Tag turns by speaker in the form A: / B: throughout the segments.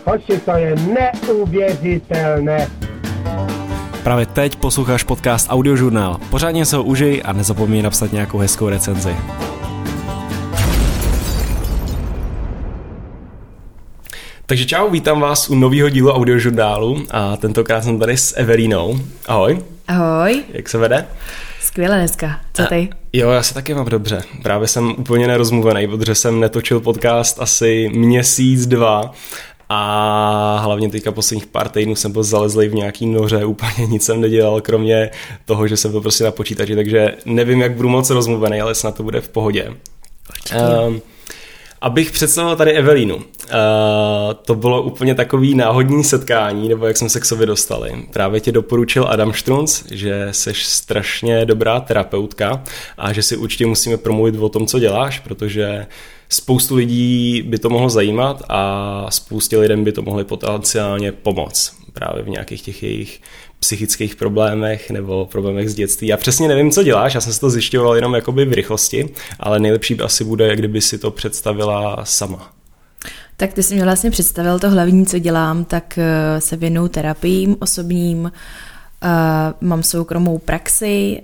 A: Hoši, to je neuvěřitelné.
B: Právě teď posloucháš podcast Audiožurnál. Pořádně se ho užij a nezapomeň napsat nějakou hezkou recenzi. Takže čau, vítám vás u nového dílu Audiožurnálu a tentokrát jsem tady s Evelínou. Ahoj.
C: Ahoj.
B: Jak se vede?
C: Skvěle dneska. Co ty?
B: Jo, já se taky mám dobře. Právě jsem úplně nerozmluvený, protože jsem netočil podcast asi měsíc, 2 a hlavně teďka posledních pár týdnů jsem byl zalezlej v nějaký noře, úplně nic jsem nedělal, kromě toho, že jsem byl prostě na počítači, takže nevím, jak budu moc rozmluvený, ale snad to bude v pohodě. Abych představil tady Evelínu. To bylo úplně takový náhodný setkání, nebo jak jsme se k sobě dostali. Právě tě doporučil Adam Štrunc, že seš strašně dobrá terapeutka a že si určitě musíme promluvit o tom, co děláš, protože spoustu lidí by to mohlo zajímat a spoustě lidem by to mohli potenciálně pomoct právě v nějakých těch jejich psychických problémech nebo problémech z dětství. Já přesně nevím, co děláš, já jsem si to zjišťoval jenom jakoby v rychlosti, ale nejlepší asi bude, kdyby si to představila sama.
C: Tak ty jsi mě vlastně představil to hlavní, co dělám, tak se věnuju terapiím osobním, mám soukromou praxi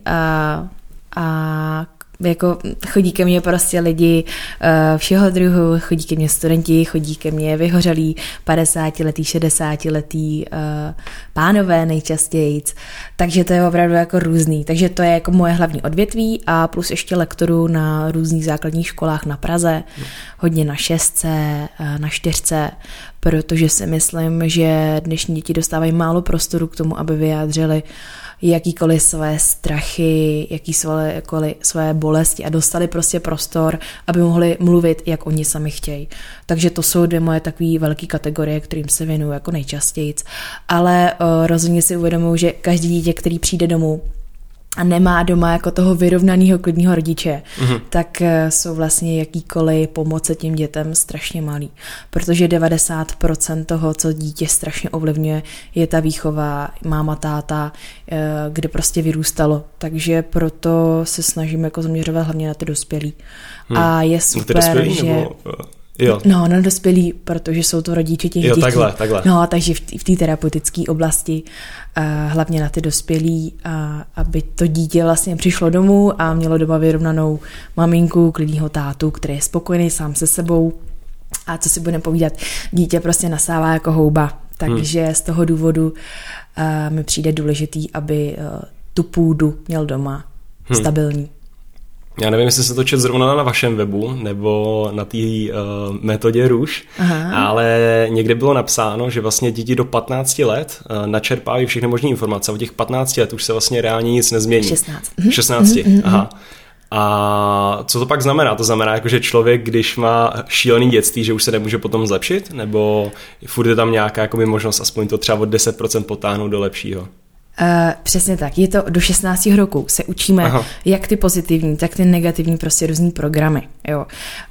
C: a jako chodí ke mně prostě lidi všeho druhu, chodí ke mně studenti, chodí ke mně vyhořelí 50letý, 60letý pánové nejčastějíc, takže to je opravdu jako různý, takže to je jako moje hlavní odvětví a plus ještě lektoru na různých základních školách na Praze, hodně na 6, na 4, protože si myslím, že dnešní děti dostávají málo prostoru k tomu, aby vyjádřili jakýkoliv své strachy, jakýkoliv své bolesti a dostali prostě prostor, aby mohli mluvit, jak oni sami chtějí. Takže to jsou 2 moje takové velké kategorie, kterým se věnuju jako nejčastějíc. Ale rozhodně si uvědomuji, že každý dítě, který přijde domů a nemá doma jako toho vyrovnaného klidného rodiče, tak jsou vlastně jakýkoliv pomoci těm dětem strašně malý. Protože 90% toho, co dítě strašně ovlivňuje, je ta výchova, máma, táta, kde prostě vyrůstalo. Takže proto se snažím jako zaměřovat hlavně na ty dospělí. A je super,
B: dospělí,
C: že...
B: Nebo... Jo.
C: No, na dospělí, protože jsou to rodiče těch dětí.
B: Takhle.
C: No, takže v té terapeutické oblasti hlavně na ty dospělí, aby to dítě vlastně přišlo domů a mělo doma vyrovnanou maminku, klidného tátu, který je spokojený sám se sebou a co si budeme povídat, dítě prostě nasává jako houba. Takže z toho důvodu mi přijde důležitý, aby tu půdu měl doma stabilní.
B: Já nevím, jestli se to čet zrovna na vašem webu nebo na té metodě Růž, ale někde bylo napsáno, že vlastně děti do 15 let načerpávají všechny možné informace. Od těch 15 let už se vlastně reálně nic nezmění. 16. Aha. A co to pak znamená? To znamená, jako, že člověk, když má šílený dětství, že už se nemůže potom zlepšit? Nebo furt je tam nějaká jakoby, možnost aspoň to třeba od 10% potáhnout do lepšího?
C: Přesně tak, je to do 16 roků se učíme jak ty pozitivní, tak ty negativní prostě různý programy, jo.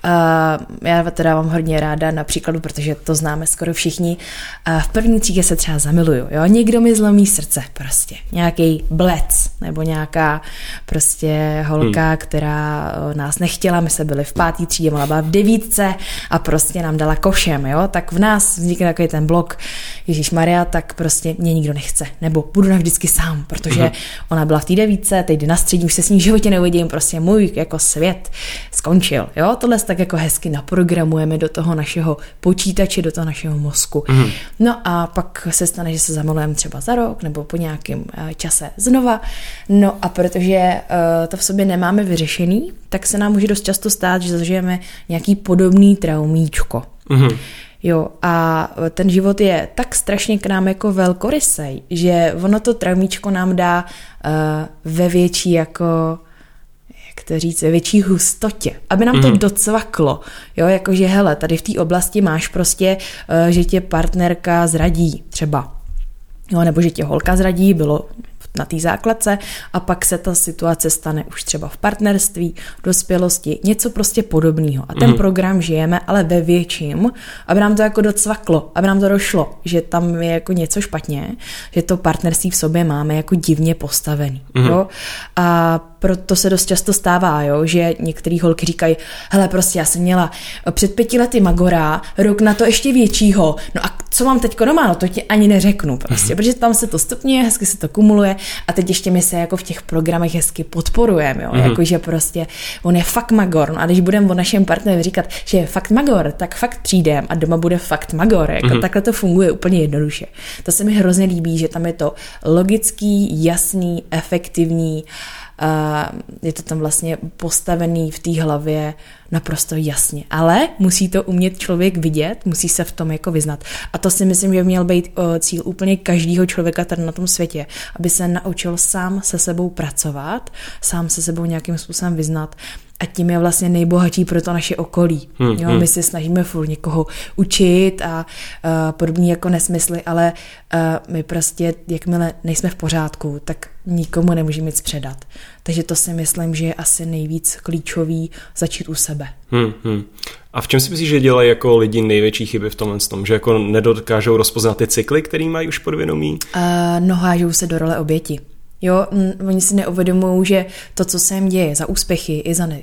C: Já teda mám hodně ráda například, protože to známe skoro všichni, v první třídě se třeba zamiluju, jo, někdo mi zlomí srdce prostě, nějaký blec, nebo nějaká prostě holka, která nás nechtěla, my jsme byli v 5. třídě, ona byla v 9 a prostě nám dala košem, jo, tak v nás vznikne takový ten blok, Ježišmarja, tak prostě mě nikdo nechce, nebo budu navždycky sám, protože ona byla v té 9, teď jde na střední, už se s ní v životě neuvidím, prostě můj jako svět skončil, jo, tohle tak jako hezky naprogramujeme do toho našeho počítače, do toho našeho mozku. No a pak se stane, že se zamilujeme třeba za rok, nebo po nějakém čase znova, no a protože to v sobě nemáme vyřešený, tak se nám může dost často stát, že zažijeme nějaký podobný traumíčko. Jo, a ten život je tak strašně k nám jako velkorysej, že ono to traumíčko nám dá ve větší jako, jak to říct, ve větší hustotě, aby nám to docvaklo. Jo, jakože hele, tady v té oblasti máš prostě, že tě partnerka zradí třeba. Jo, nebo že tě holka zradí, bylo na té základce a pak se ta situace stane už třeba v partnerství, dospělosti, něco prostě podobného. A ten program žijeme, ale ve větším, aby nám to jako docvaklo, aby nám to došlo, že tam je jako něco špatně, že to partnerství v sobě máme jako divně postavený. Jo? A proto se dost často stává, jo, že některý holky říkají, hele, prostě já jsem měla před 5 lety magora, rok na to ještě většího, no a co mám teďko doma, no to ti ani neřeknu prostě, protože tam se to stupňuje, hezky se to kumuluje a teď ještě my se jako v těch programech hezky podporujeme, jo, jakože prostě on je fakt magor, no a když budeme o našem partnerovi říkat, že je fakt magor, tak fakt přijdem a doma bude fakt magor, jako takhle to funguje úplně jednoduše. To se mi hrozně líbí, že tam je to logický, jasný, efektivní, je to tam vlastně postavený v té hlavě naprosto jasně. Ale musí to umět člověk vidět, musí se v tom jako vyznat. A to si myslím, že by měl být cíl úplně každého člověka tady na tom světě, aby se naučil sám se sebou pracovat, sám se sebou nějakým způsobem vyznat. A tím je vlastně nejbohatší pro to naše okolí. My se snažíme furt někoho učit a podobně jako nesmysly, ale my prostě, jakmile nejsme v pořádku, tak nikomu nemůžeme nic předat. Takže to si myslím, že je asi nejvíc klíčový začít u sebe.
B: A v čem si myslíš, že dělají jako lidi největší chyby v tomhle tom? Že jako nedokážou rozpoznat ty cykly, který mají už podvědomí?
C: Hážou se do role oběti. Jo, oni si neuvědomují, že to, co se jim děje za úspěchy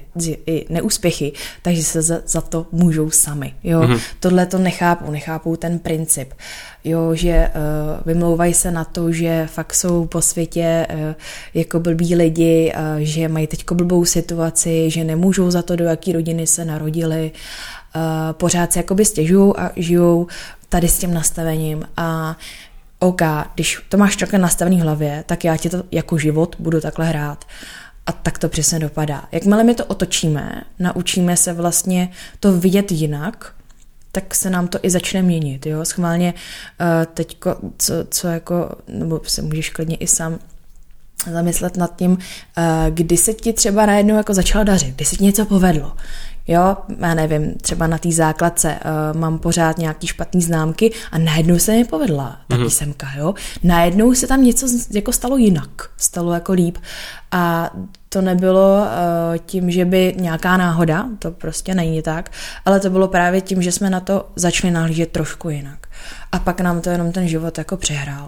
C: i neúspěchy, takže se za to můžou sami. Jo, tohle to nechápou ten princip. Jo, že vymlouvají se na to, že fakt jsou po světě jako blbí lidi, že mají teďko blbou situaci, že nemůžou za to, do jaký rodiny se narodili, pořád se jakoby stěžují a žijou tady s tím nastavením a OK, když to máš takhle nastavený v hlavě, tak já ti to jako život budu takhle hrát. A tak to přesně dopadá. Jakmile my to otočíme, naučíme se vlastně to vidět jinak, tak se nám to i začne měnit. Jo? Schválně teďko, co jako, nebo se můžeš klidně i sám zamyslet nad tím, kdy se ti třeba najednou jako začalo dařit, kdy se ti něco povedlo. Jo, já nevím, třeba na té základce mám pořád nějaký špatný známky a najednou se mi povedla ta písemka, jo. Najednou se tam něco jako stalo jinak, stalo jako líp a to nebylo tím, že by nějaká náhoda, to prostě není tak, ale to bylo právě tím, že jsme na to začali nahlížet trošku jinak. A pak nám to jenom ten život jako přehrál.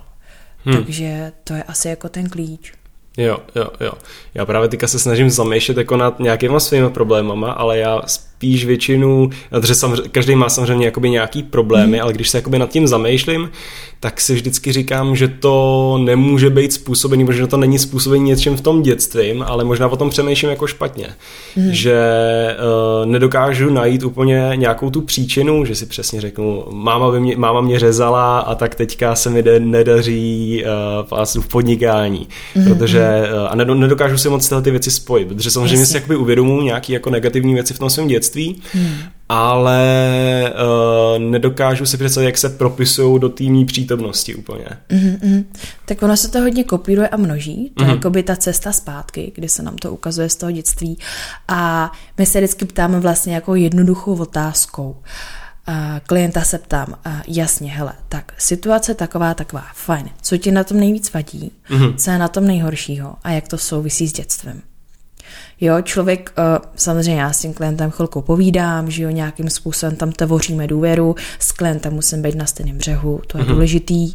C: Takže to je asi jako ten klíč.
B: Jo. Já právě teďka se snažím zamýšlet jako nad nějakýma svými problémama, ale já spíš většinu, protože každý má samozřejmě jakoby nějaký problémy, ale když se jakoby nad tím zamýšlím, tak si vždycky říkám, že to nemůže být způsobený, protože to není způsobený něčím v tom dětstvím, ale možná o tom přemýšlím jako špatně. Že nedokážu najít úplně nějakou tu příčinu, že si přesně řeknu, máma mě řezala a tak teďka se mi nedaří v podnikání, protože a nedokážu si moc tyhle ty věci spojit, protože samozřejmě si jakoby uvědomuji nějaký jako negativní věci v tom svém dětství, ale nedokážu si představit, jak se propisují do týmní přítomnosti úplně.
C: Tak ono se to hodně kopíruje a množí. To je jakoby ta cesta zpátky, kdy se nám to ukazuje z toho dětství. A my se vždycky ptáme vlastně jako jednoduchou otázkou. Klienta se ptám, jasně, hele, tak situace taková, fajn. Co ti na tom nejvíc vadí? Co je na tom nejhoršího? A jak to souvisí s dětstvím? Jo, člověk, samozřejmě já s tím klientem chvilku povídám, že jo, nějakým způsobem tam tvoříme důvěru, s klientem musím být na stejném břehu, to je důležitý,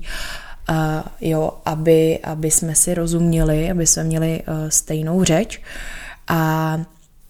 C: jo, aby jsme si rozuměli, aby jsme měli stejnou řeč a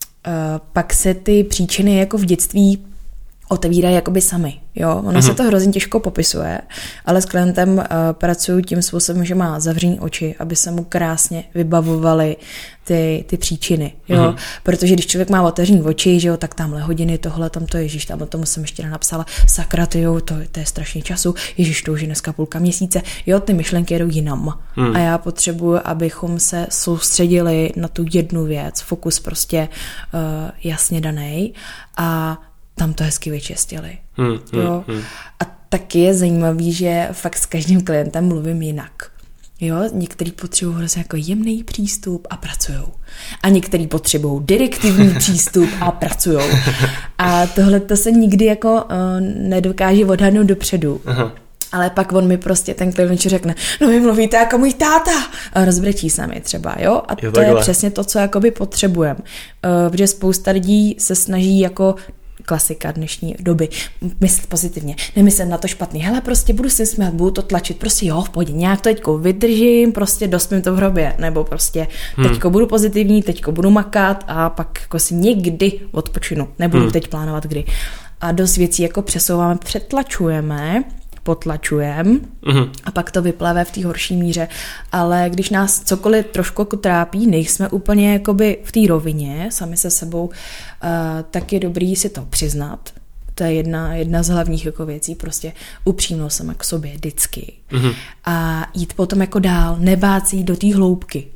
C: pak se ty příčiny jako v dětství otevírají jakoby sami, jo, ono se to hrozně těžko popisuje, ale s klientem pracuju tím způsobem, že má zavřený oči, aby se mu krásně vybavovaly ty příčiny, jo, protože když člověk má otevřený oči, že jo, tak tamhle hodiny, tohle, tamto, ježiš, tam tomu jsem ještě nenapsala, sakra, tyjo, to je strašně času, ježiš, to už je dneska půlka měsíce, jo, ty myšlenky jedou jinam a já potřebuji, abychom se soustředili na tu jednu věc, fokus prostě jasně danej a tam to hezky vyčistili. Jo? A taky je zajímavý, že fakt s každým klientem mluvím jinak. Jo? Některý potřebují hrozně jako jemný přístup a pracujou. A některý potřebují direktivní přístup a pracujou. A tohle to se nikdy jako nedokáže odhadnout dopředu. Ale pak on mi prostě ten klient řekne, no vy mluvíte jako můj táta. A rozbrečí se mi třeba, jo? A to je přesně to, co jakoby potřebujeme. Protože spousta lidí se snaží jako klasika dnešní doby, myslet pozitivně, nemyslet na to špatný, hele, prostě budu si smát, budu to tlačit, prostě jo, v pohodě, nějak to teďko vydržím, prostě dospím to v hrobě, nebo prostě teďko budu pozitivní, teďko budu makat a pak jako si někdy odpočinu, nebudu teď plánovat kdy. A dost věcí jako přesouváme, přetlačujeme, potlačujeme a pak to vyplave v té horší míře, ale když nás cokoliv trošku jako trápí, nejsme úplně jakoby v té rovině sami se sebou, tak je dobrý si to přiznat. To je jedna z hlavních jako věcí, prostě upřímnost sama k sobě vždycky. A jít potom jako dál, nebát se jít do té hloubky.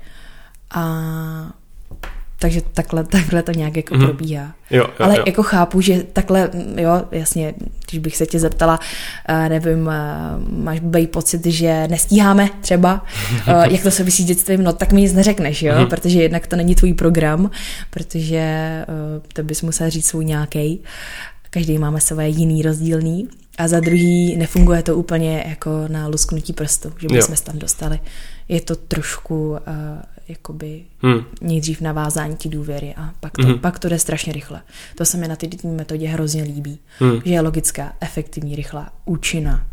C: A takže takhle to nějak jako probíhá.
B: Jo.
C: Ale jako chápu, že takhle, jo, jasně, když bych se tě zeptala, nevím, máš blbý pocit, že nestíháme třeba, jak to souvisí s dětstvím, no tak mi nic neřekneš, jo, protože jednak to není tvůj program, protože to bys musel říct svůj nějakej. Každý máme své jiný rozdílný. A za druhý nefunguje to úplně jako na lusknutí prstu, že bychom se tam dostali. Je to trošku jakoby nejdřív navázání té důvěry a pak to jde strašně rychle. To se mi na té metodě hrozně líbí. Že je logická, efektivní, rychlá, účinná.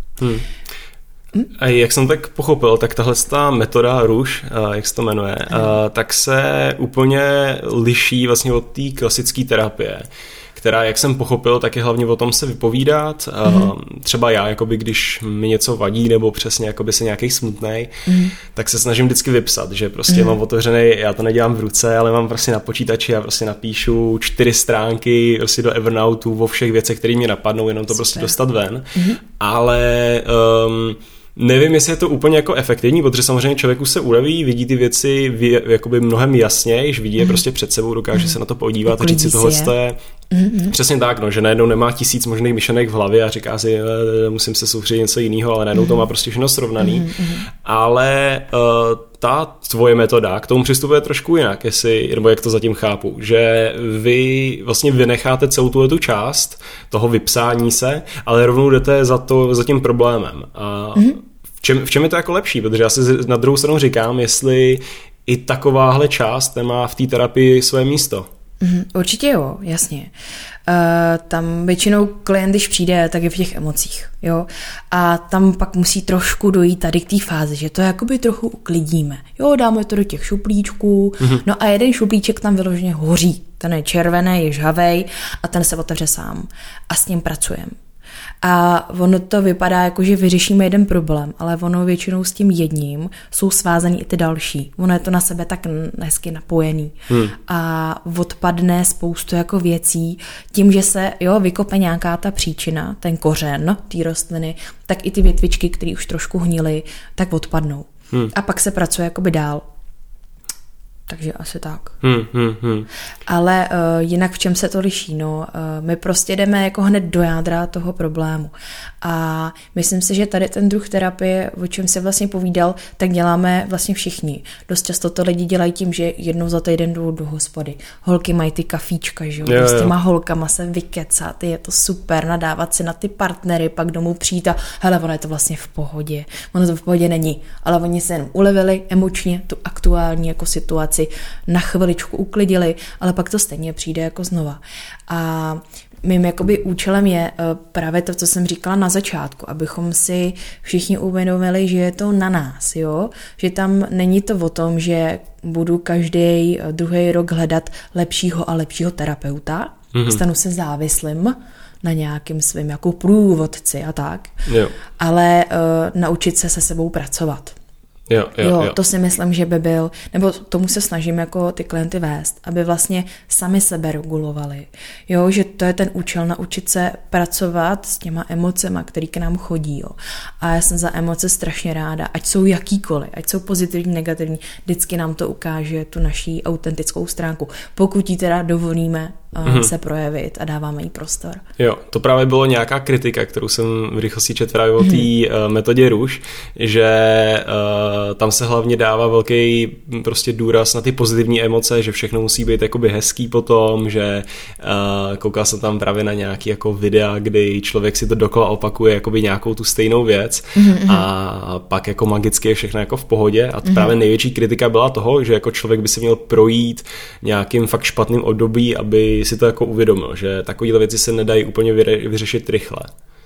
B: A jak jsem tak pochopil, tak tahle metoda RUSH, jak se to jmenuje, tak se úplně liší vlastně od té klasické terapie, která, jak jsem pochopil, tak je hlavně o tom se vypovídat. Třeba já, jakoby, když mi něco vadí, nebo přesně jakoby se nějaký smutnej, tak se snažím vždycky vypsat, že prostě mám otevřený, já to nedělám v ruce, ale mám prostě na počítači a prostě napíšu 4 stránky prostě do Evernote o všech věcech, které mě napadnou, jenom to prostě dostat ven. Ale nevím, jestli je to úplně jako efektivní, protože samozřejmě člověku se uleví, vidí ty věci jakoby mnohem jasněji, vidí je prostě před sebou, dokáže se na to podívat a říct si tohle je přesně tak, no, že najednou nemá 1000 možných myšlenek v hlavě a říká si, musím se soustředit něco jiného, ale najednou to má prostě všechno srovnaný. Ale ta tvoje metoda k tomu přistupuje trošku jinak, nebo jak to zatím chápu, že vy vlastně vynecháte celou tu část toho vypsání se, ale rovnou jdete za tím problémem. A v čem je to jako lepší? Protože já si na druhou stranu říkám, jestli i takováhle část nemá v té terapii své místo.
C: Určitě jo, jasně. Tam většinou klient, když přijde, tak je v těch emocích, jo. A tam pak musí trošku dojít tady k té fázi, že to jakoby trochu uklidíme. Jo, dáme to do těch šuplíčků, no a jeden šuplíček tam vyloženě hoří. Ten je červený, je žhavej a ten se otevře sám. A s ním pracujeme. A ono to vypadá jako, že vyřešíme jeden problém, ale ono většinou s tím jedním jsou svázaný i ty další. Ono je to na sebe tak hezky napojený. A odpadne spoustu jako věcí tím, že se vykope nějaká ta příčina, ten kořen té rostliny, tak i ty větvičky, které už trošku hnily, tak odpadnou. A pak se pracuje jakoby dál. Takže asi tak. Ale jinak v čem se to liší? No, my prostě jdeme jako hned do jádra toho problému. A myslím si, že tady ten druh terapie, o čem se vlastně povídal, tak děláme vlastně všichni. Dost často to lidi dělají tím, že jednou za týden jdou do hospody. Holky mají ty kafíčka, že jo? S těma holkama se vykecat, je to super, nadávat si na ty partnery, pak domů přijít a hele, ono je to vlastně v pohodě. Ono to v pohodě není, ale oni se jenom ulevili emočně tu aktuální jako situaci, na chviličku uklidili, ale pak to stejně přijde jako znova. A mým jakoby účelem je právě to, co jsem říkala na začátku, abychom si všichni uvědomili, že je to na nás, jo? Že tam není to o tom, že budu každý druhý rok hledat lepšího a lepšího terapeuta, stanu se závislým na nějakým svým jako průvodci a tak, ale naučit se sebou pracovat. Jo, to si myslím, že by byl, nebo tomu se snažím jako ty klienty vést, aby vlastně sami sebe regulovali. Jo, že to je ten účel, naučit se pracovat s těma emocema, který k nám chodí. Jo. A já jsem za emoce strašně ráda, ať jsou jakýkoliv, ať jsou pozitivní, negativní, vždycky nám to ukáže tu naší autentickou stránku. Pokud jí teda dovolíme se projevit a dáváme jí prostor. Jo,
B: to právě bylo nějaká kritika, kterou jsem v rychlosti četl právě o té metodě RUSH, že tam se hlavně dává velký prostě důraz na ty pozitivní emoce, že všechno musí být jakoby hezký potom, že koukal jsem tam právě na nějaký jako videa, kdy člověk si to dokola opakuje jakoby nějakou tu stejnou věc a pak jako magicky je všechno jako v pohodě a právě největší kritika byla toho, že jako člověk by si měl projít nějakým fakt špatným období, aby si to jako uvědomil, že takovéhle věci se nedají úplně vyřešit rychle.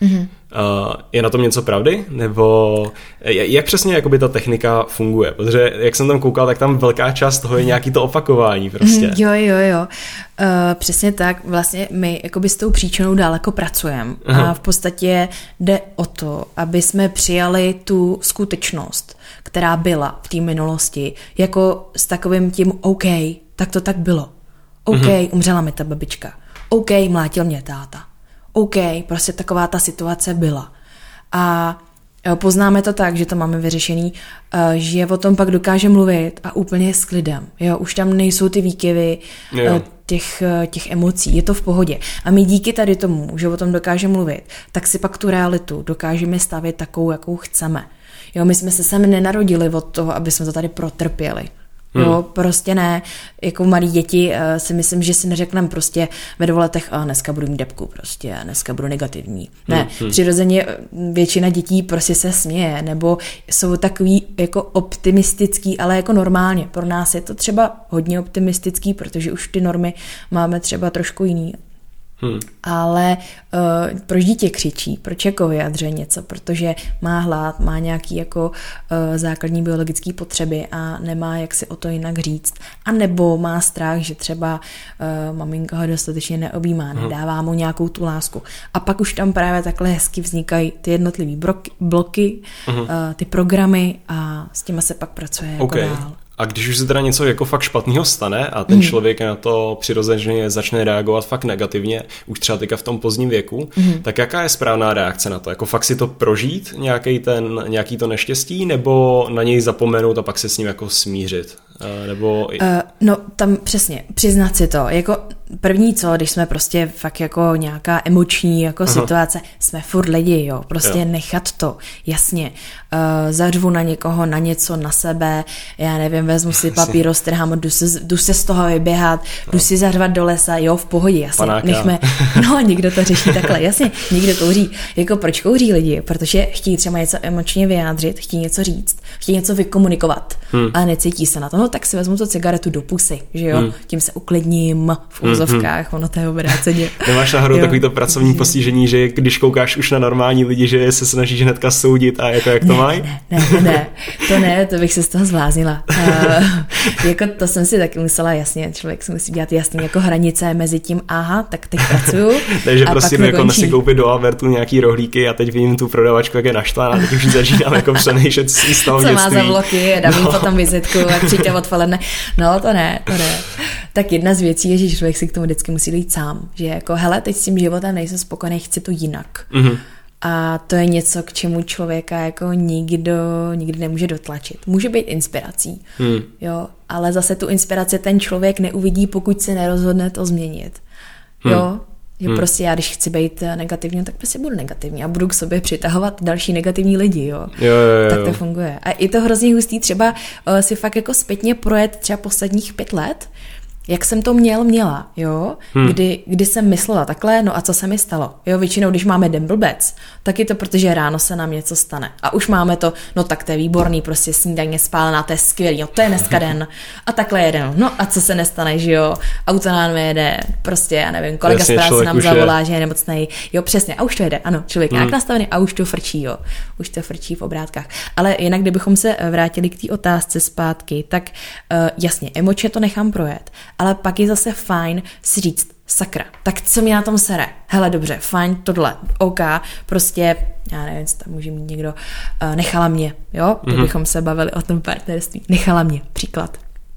B: Je na tom něco pravdy? Nebo jak přesně jakoby ta technika funguje? Protože jak jsem tam koukal, tak tam velká část toho je nějaký to opakování prostě.
C: Jo. Přesně tak. Vlastně my jakoby s tou příčinou daleko pracujeme. A v podstatě jde o to, aby jsme přijali tu skutečnost, která byla v té minulosti, jako s takovým tím OK, tak to tak bylo. OK, umřela mi ta babička. OK, mlátil mě táta. OK, prostě taková ta situace byla. A poznáme to tak, že to máme vyřešený, že o tom pak dokáže mluvit a úplně s klidem. Jo, už tam nejsou ty výkyvy těch emocí, je to v pohodě. A my díky tady tomu, že o tom dokáže mluvit, tak si pak tu realitu dokážeme stavět takovou, jakou chceme. Jo, my jsme se sami nenarodili od toho, aby jsme to tady protrpěli. Jo, prostě ne. Jako malí děti si myslím, že si neřekneme prostě ve 2 letech dneska budu mít depku prostě, dneska budu negativní. Ne, přirozeně většina dětí prostě se směje, nebo jsou takový jako optimistický, ale jako normálně. Pro nás je to třeba hodně optimistický, protože už ty normy máme třeba trošku jiný. Ale proč dítě křičí? Proč jako vyjadřuje něco? Protože má hlad, má nějaký jako základní biologické potřeby a nemá jak si o to jinak říct. A nebo má strach, že třeba maminka ho dostatečně neobjímá, nedává mu nějakou tu lásku. A pak už tam právě takhle hezky vznikají ty jednotlivý bloky, ty programy a s těma se pak pracuje jako dál.
B: A když už se teda něco jako fakt špatného stane a ten člověk na to přirozeně začne reagovat fakt negativně, už třeba teďka v tom pozdním věku, tak jaká je správná reakce na to? Jako fakt si to prožít, nějaký to neštěstí, nebo na něj zapomenout a pak se s ním jako smířit? Nebo...
C: No tam přesně, přiznat si to. Jako první když jsme prostě fakt jako nějaká emoční jako situace, jsme furt lidi, jo. Prostě nechat to, jasně. Zařvu na někoho, na něco, na sebe, já nevím, vezmu si papír, roztrhám, jdu se z toho vyběhat, jdu si zařvat do lesa, jo, v pohodě, jasně. Nechme, někdo to řeší takhle, jasně, někdo kouří. Jako proč kouří lidi? Protože chtějí třeba něco emočně vyjádřit, chtějí něco říct, chtějí něco vykomunikovat, ale necítí se na to. No tak si vezmu to cigaretu do pusy, že jo, tím se uklidním v úzovkách, ono to je obráceně.
B: Nemáš náhodou takovýto pracovní postižení, že když koukáš už na normální lidi, že se snažíš hnedka soudit a jako jak to mají?
C: Ne, to bych se z toho zvláznila. Jako to jsem si taky musela jasně, člověk si musí dělat jasně jako hranice mezi tím, tak teď pracuju.
B: Takže prostě jako si koupit do Albertu nějaký rohlíky a teď vidím tu prodavačku, jak je naštvaná, teď už začínám jako přemýšlet z toho
C: co má za bloky, dám jim potom vizitku a přijďte odpoledne. No to ne. Tak jedna z věcí je, že člověk si k tomu vždycky musí jít sám, že jako hele, teď s tím životem nejsem spokojený, chci to jinak. A to je něco, k čemu člověka jako nikdy nemůže dotlačit. Může být inspirací, jo, ale zase tu inspiraci ten člověk neuvidí, pokud se nerozhodne to změnit. Jo, že prostě já, když chci být negativní, tak prostě budu negativní a budu k sobě přitahovat další negativní lidi, jo. Tak to funguje. A je to hrozně hustý třeba si fakt jako zpětně projet třeba posledních 5 let, jak jsem to měla, jo, kdy jsem myslela takhle, no a co se mi stalo, jo, většinou, když máme den blbec, tak je to, protože ráno se nám něco stane a už máme to, no tak to je výborný, prostě snídaně spálená, to je skvělý, no to je dneska den a takhle jeden, no a co se nestane, že jo, auto nám jede, prostě, já nevím, kolega z práce nám zavolá, že je nemocnej, jo, přesně, a už to jede, ano, člověk nějak nastavený a už to frčí, jo, už to frčí v obrátkách, ale jinak, kdybychom se vrátili k té otázce zpátky, tak jasně, emočně to nechám projet, ale pak je zase fajn si říct, sakra, tak co mě na tom sere? Hele, dobře, fajn, tohle, OK, prostě, já nevím, co tam může mít někdo, nechala mě, jo? Kdybychom se bavili o tom partnerství, nechala mě, příklad.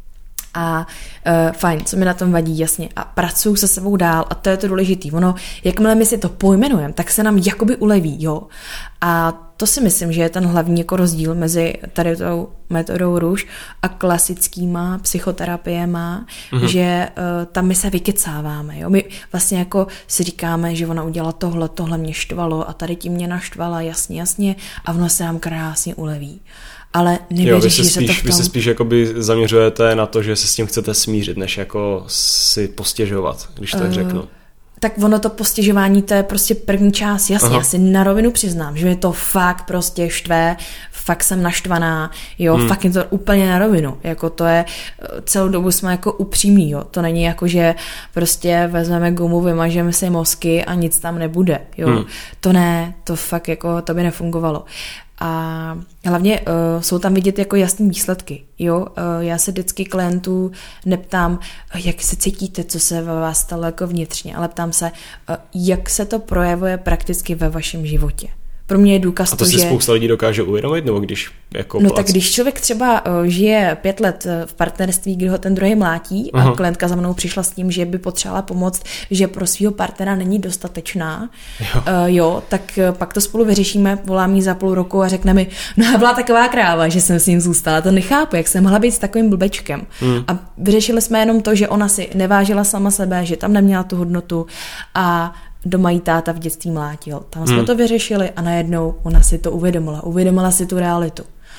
C: A fajn, co mi na tom vadí, jasně, a pracuju se sebou dál a to je to důležitý. Ono, jakmile my si to pojmenujeme, tak se nám jakoby uleví, jo? A to si myslím, že je ten hlavní jako rozdíl mezi tady tou metodou růž a klasickýma psychoterapiema, že tam my se vykecáváme, jo? My vlastně jako si říkáme, že ona udělala tohle mě štvalo a tady tím mě naštvala, jasně a ono se nám krásně uleví. Ale nevyřeší se to v tom.
B: Vy se spíš jakoby zaměřujete na to, že se s tím chcete smířit, než jako si postěžovat, když tak řeknu.
C: tak ono to postěžování, to je prostě první část, jasně, já si na rovinu přiznám, že mě to fakt prostě štve, fakt jsem naštvaná, jo, fakt je to úplně na rovinu, jako to je, celou dobu jsme jako upřímní, jo, to není jako, že prostě vezmeme gumu, vymažeme si mozky a nic tam nebude, jo, to ne, to fakt jako, to by nefungovalo. A hlavně jsou tam vidět jako jasný výsledky. Jo? Já se vždycky klientů neptám, jak se cítíte, co se ve vás stalo jako vnitřně, ale ptám se, jak se to projevuje prakticky ve vašem životě. Pro mě je důkaz
B: a to si spousta lidí dokáže uvědomit, nebo když jako
C: no tak když člověk třeba žije 5 let v partnerství, kdy ho ten druhý mlátí a klientka za mnou přišla s tím, že by potřebovala pomoct, že pro svého partnera není dostatečná, jo, tak pak to spolu vyřešíme, volám jí za půl roku a řekne mi, no já byla taková kráva, že jsem s ním zůstala, to nechápu, jak jsem mohla být s takovým blbečkem. A vyřešili jsme jenom to, že ona si nevážila sama sebe, že tam neměla tu hodnotu a doma jí táta v dětství mlátil. Tam jsme to vyřešili a najednou ona si to uvědomila si tu realitu.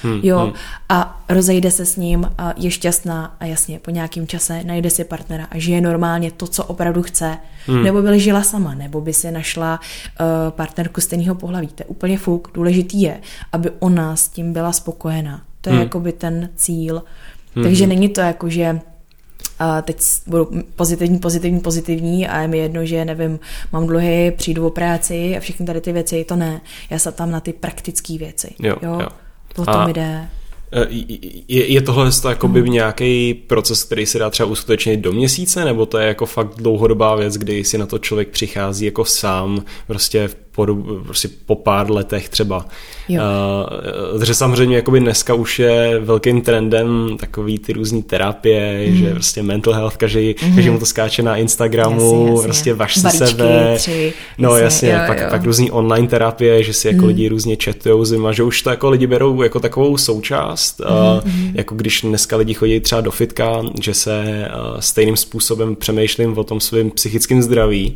C: A rozejde se s ním a je šťastná a jasně po nějakém čase najde si partnera a žije normálně to, co opravdu chce. Nebo by žila sama, nebo by si našla partnerku stejného pohlaví. To je úplně fuk. Důležitý je, aby ona s tím byla spokojená. To je jakoby ten cíl. Takže není to jako, že a teď budu pozitivní a je mi jedno, že nevím, mám dluhy, přijdu o práci a všechny tady ty věci, to ne. Já se tam na ty praktické věci. Jo. O tom jde.
B: Je tohle jakoby nějaký proces, který se dá třeba uskutečnit do měsíce, nebo to je jako fakt dlouhodobá věc, kdy si na to člověk přichází jako sám, prostě po pár letech třeba. Protože samozřejmě jakoby dneska už je velkým trendem takový ty různý terapie, že prostě mental health, každý mu to skáče na Instagramu, jasně. Prostě važ si sebe. No jasně, pak různý online terapie, že si jako lidi různě chatujou zima, že už to jako lidi berou jako takovou součást, jako když dneska lidi chodí třeba do fitka, že se stejným způsobem přemýšlím o tom svém psychickém zdraví.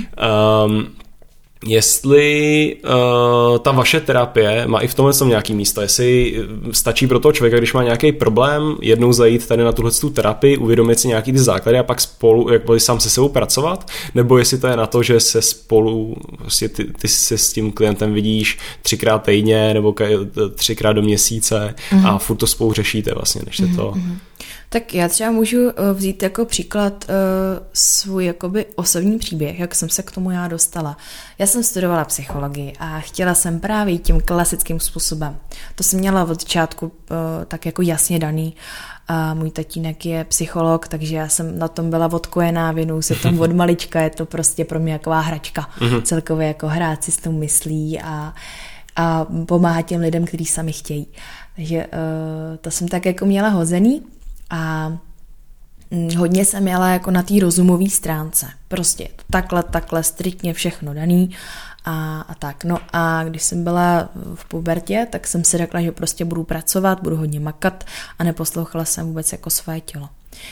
B: Jestli ta vaše terapie má i v tomhle nějaký místo, jestli stačí pro toho člověka, když má nějaký problém, jednou zajít tady na tuhletu terapii, uvědomit si nějaký ty základy a pak spolu, jak sám se sebou pracovat, nebo jestli to je na to, že se spolu, vlastně ty se s tím klientem vidíš 3x týdně nebo 3x do měsíce a furt to spolu řešíte vlastně, než se to...
C: Tak já třeba můžu vzít jako příklad svůj jakoby osobní příběh, jak jsem se k tomu já dostala. Já jsem studovala psychologii a chtěla jsem právě tím klasickým způsobem. To jsem měla od začátku tak jako jasně daný. A můj tatínek je psycholog, takže já jsem na tom byla odkojená, věnuju se tomu od malička, je to prostě pro mě taková hračka. Celkově jako hrát si s tou myslí a pomáhat těm lidem, kteří sami chtějí. Takže to jsem tak jako měla hozený. A hodně jsem měla jako na té rozumové stránce. Prostě takhle striktně všechno daný a tak. No a když jsem byla v pubertě, tak jsem si řekla, že prostě budu pracovat, budu hodně makat a neposlouchala jsem vůbec jako své tělo.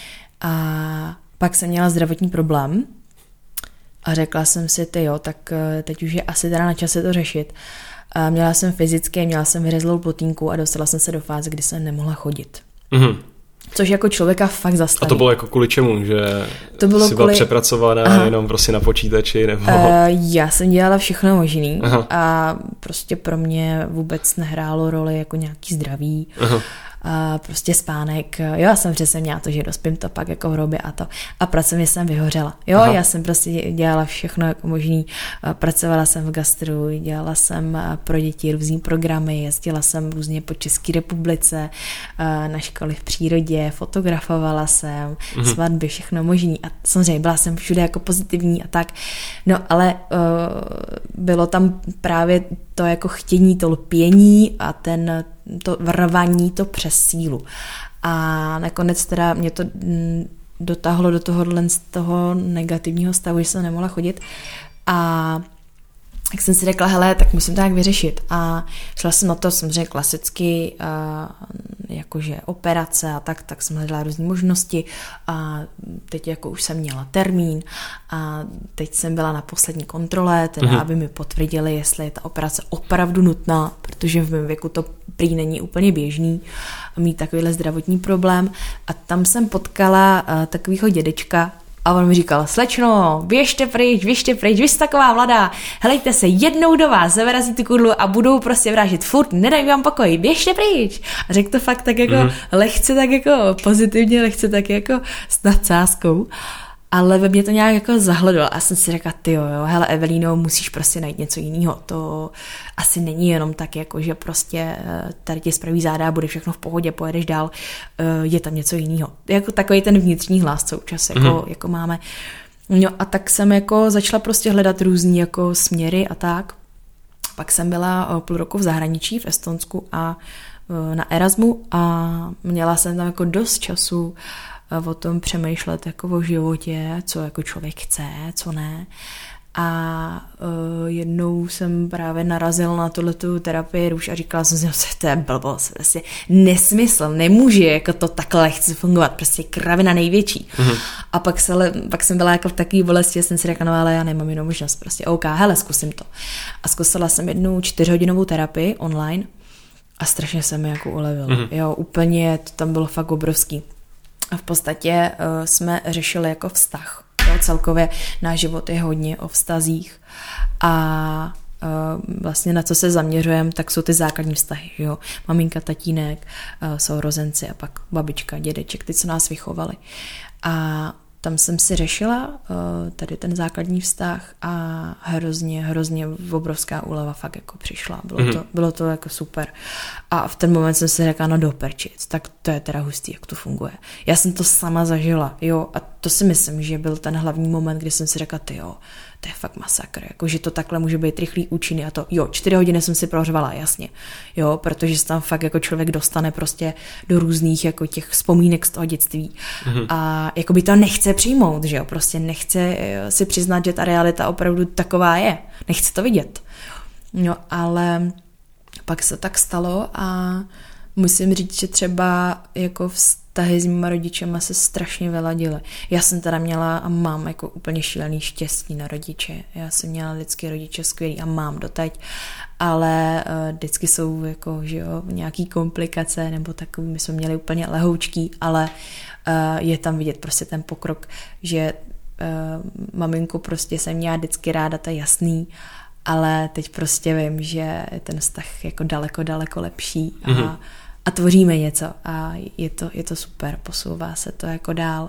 C: A pak jsem měla zdravotní problém a řekla jsem si, tak teď už je asi teda na čase to řešit. A měla jsem fyzicky, měla jsem vyřezlou plotínku a dostala jsem se do fáze, kdy jsem nemohla chodit. Což jako člověka fakt zastaví.
B: A to bylo jako kvůli čemu? Že to bylo jsi byla přepracovaná jenom prostě na počítači? Nebo...
C: Já jsem dělala všechno možný a prostě pro mě vůbec nehrálo roli jako nějaký zdraví. A prostě spánek. Jo, já jsem přesně měla to, že dospím to pak jako v hrobě a to. A pracovně jsem vyhořela. Jo, já jsem prostě dělala všechno jako možný. Pracovala jsem v gastru, dělala jsem pro děti různý programy, jezdila jsem různě po České republice, na školy v přírodě, fotografovala jsem, svatby, všechno možný. A samozřejmě byla jsem všude jako pozitivní a tak. No, ale bylo tam právě to jako chtění, to lpění a to rvaní to přes sílu. A nakonec teda mě to dotáhlo do toho negativního stavu, že jsem nemohla chodit. A jak jsem si řekla, hele, tak musím to nějak vyřešit. A šla jsem na to samozřejmě klasicky, jakože operace a tak jsem hledala různé možnosti a teď jako už jsem měla termín a teď jsem byla na poslední kontrole, teda aby mi potvrdili, jestli je ta operace opravdu nutná, protože v mém věku to prý není úplně běžný mít takovýhle zdravotní problém. A tam jsem potkala takovýho dědečka, A on mi říkal, slečno, běžte pryč, vy jste taková mladá, helejte se, jednou do vás zaverazí tu kudlu a budou prostě vrážet furt, nedají vám pokoj, běžte pryč. A řekl to fakt tak jako lehce, tak jako pozitivně, lehce tak jako s nadsázkou. Ale ve mně to nějak jako zahledlo a jsem si řekla, jo, hele Evelíno, musíš prostě najít něco jiného. To asi není jenom tak, jako že prostě tady ti spraví záda, bude všechno v pohodě, pojedeš dál, je tam něco jiného. Jako takový ten vnitřní hlas, co občas jako máme. No a tak jsem jako začala prostě hledat různý jako směry a tak. Pak jsem byla půl roku v zahraničí, v Estonsku a na Erasmu a měla jsem tam jako dost času o tom přemýšlet jako o životě, co jako člověk chce, co ne. A jednou jsem právě narazil na tuhletu terapii růž a říkala jsem si, že to je blbost, prostě nesmysl, nemůže jako to takhle lehce fungovat, prostě kravina největší. A pak jsem byla jako v takové bolesti, jsem si řekla, no ale já nemám jinou možnost, prostě OK, hele, zkusím to. A zkusila jsem jednu 4hodinovou terapii online a strašně se mi jako ulevilo. Jo, úplně, to tam bylo fakt obrovský. A v podstatě jsme řešili jako vztah. Jo, celkově náš život je hodně o vztazích a vlastně na co se zaměřujeme, tak jsou ty základní vztahy. Jo? Maminka, tatínek, sourozenci a pak babička, dědeček, ty, co nás vychovali. A tam jsem si řešila tady ten základní vztah a hrozně obrovská úleva fakt jako přišla. Bylo to jako super. A v ten moment jsem si řekla, no do perčic, tak to je teda hustý, jak to funguje. Já jsem to sama zažila, jo, a to si myslím, že byl ten hlavní moment, kdy jsem si řekla, to je fakt masakr, jako, že to takhle může být rychlý, účinný a to, 4 hodiny jsem si prohřvala, jasně, jo, protože se tam fakt jako člověk dostane prostě do různých jako těch vzpomínek z toho dětství a jako by to nechce přijmout, že jo, prostě nechce si přiznat, že ta realita opravdu taková je, nechce to vidět, no, ale pak se tak stalo a musím říct, že třeba jako vztahy s mýma rodičema se strašně vyladily. Já jsem teda měla a mám jako úplně šílený štěstí na rodiče. Já jsem měla vždycky rodiče skvělý a mám doteď, ale vždycky jsou jako, že jo, nějaký komplikace nebo takový, my jsme měli úplně lehoučký, ale je tam vidět prostě ten pokrok, že maminku prostě jsem měla vždycky ráda, to je jasný, ale teď prostě vím, že je ten vztah jako daleko lepší a tvoříme něco a je to super, posouvá se to jako dál.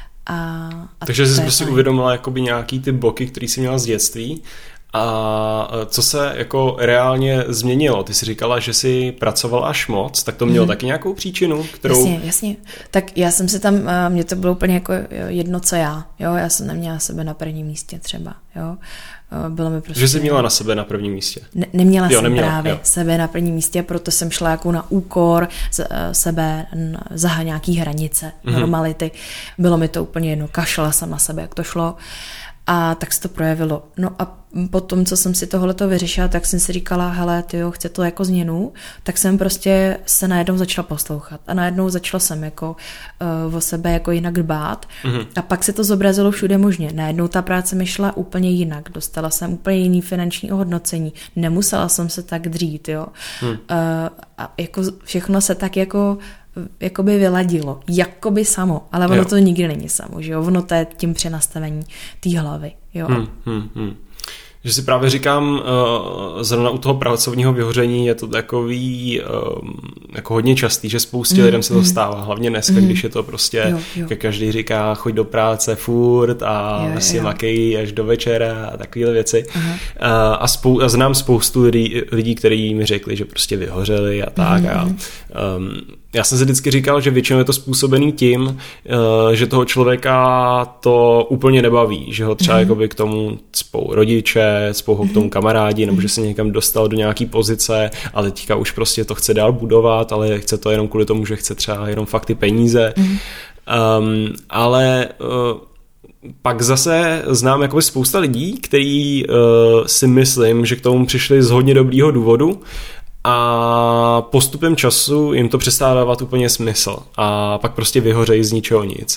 B: Takže jsi prostě uvědomila jakoby nějaký ty bloky, který jsi měla z dětství a co se jako reálně změnilo? Ty jsi říkala, že jsi pracovala až moc, tak to mělo taky nějakou příčinu, kterou...
C: Jasně. Tak já jsem se tam, mně to bylo úplně jako jedno, co já jsem neměla sebe na prvním místě třeba, jo. Bylo mi prostě...
B: Že jsi měla na sebe na prvním místě.
C: Neměla jsem právě sebe na prvním místě, proto jsem šla jako na úkor sebe za nějaký hranice, normality. Bylo mi to úplně jedno, kašla jsem na sebe, jak to šlo. A tak se to projevilo. No a potom, co jsem si tohleto vyřešila, tak jsem si říkala, hele, chce to jako změnu, tak jsem prostě se najednou začala poslouchat a najednou začala jsem jako o sebe jako jinak dbát a pak se to zobrazilo všude možně. Najednou ta práce mi šla úplně jinak, dostala jsem úplně jiný finanční ohodnocení, nemusela jsem se tak dřít, jo. A jako všechno se tak jakoby vyladilo, jakoby samo, ale ono to nikdy není samo, že jo, ono to je tím přenastavení té hlavy, jo.
B: Že si právě říkám, zrovna u toho pracovního vyhoření je to takový jako hodně častý, že spoustě lidem se to stává, hlavně dneska, když je to prostě, jak každý říká, choď do práce furt a si makej až do večera a takovéhle věci. A znám spoustu lidí, kteří mi řekli, že prostě vyhořeli a tak. Já jsem si vždycky říkal, že většinou je to způsobený tím, že toho člověka to úplně nebaví, že ho třeba jakoby k tomu cpou rodiče, cpou ho k tomu kamarádi, nebo že se někam dostal do nějaký pozice, ale teďka už prostě to chce dál budovat, ale chce to jenom kvůli tomu, že chce třeba jenom fakt ty peníze. Ale pak zase znám jakoby spousta lidí, kteří si myslím, že k tomu přišli z hodně dobrýho důvodu, a postupem času jim to přestává dávat úplně smysl a pak prostě vyhořejí z ničeho nic.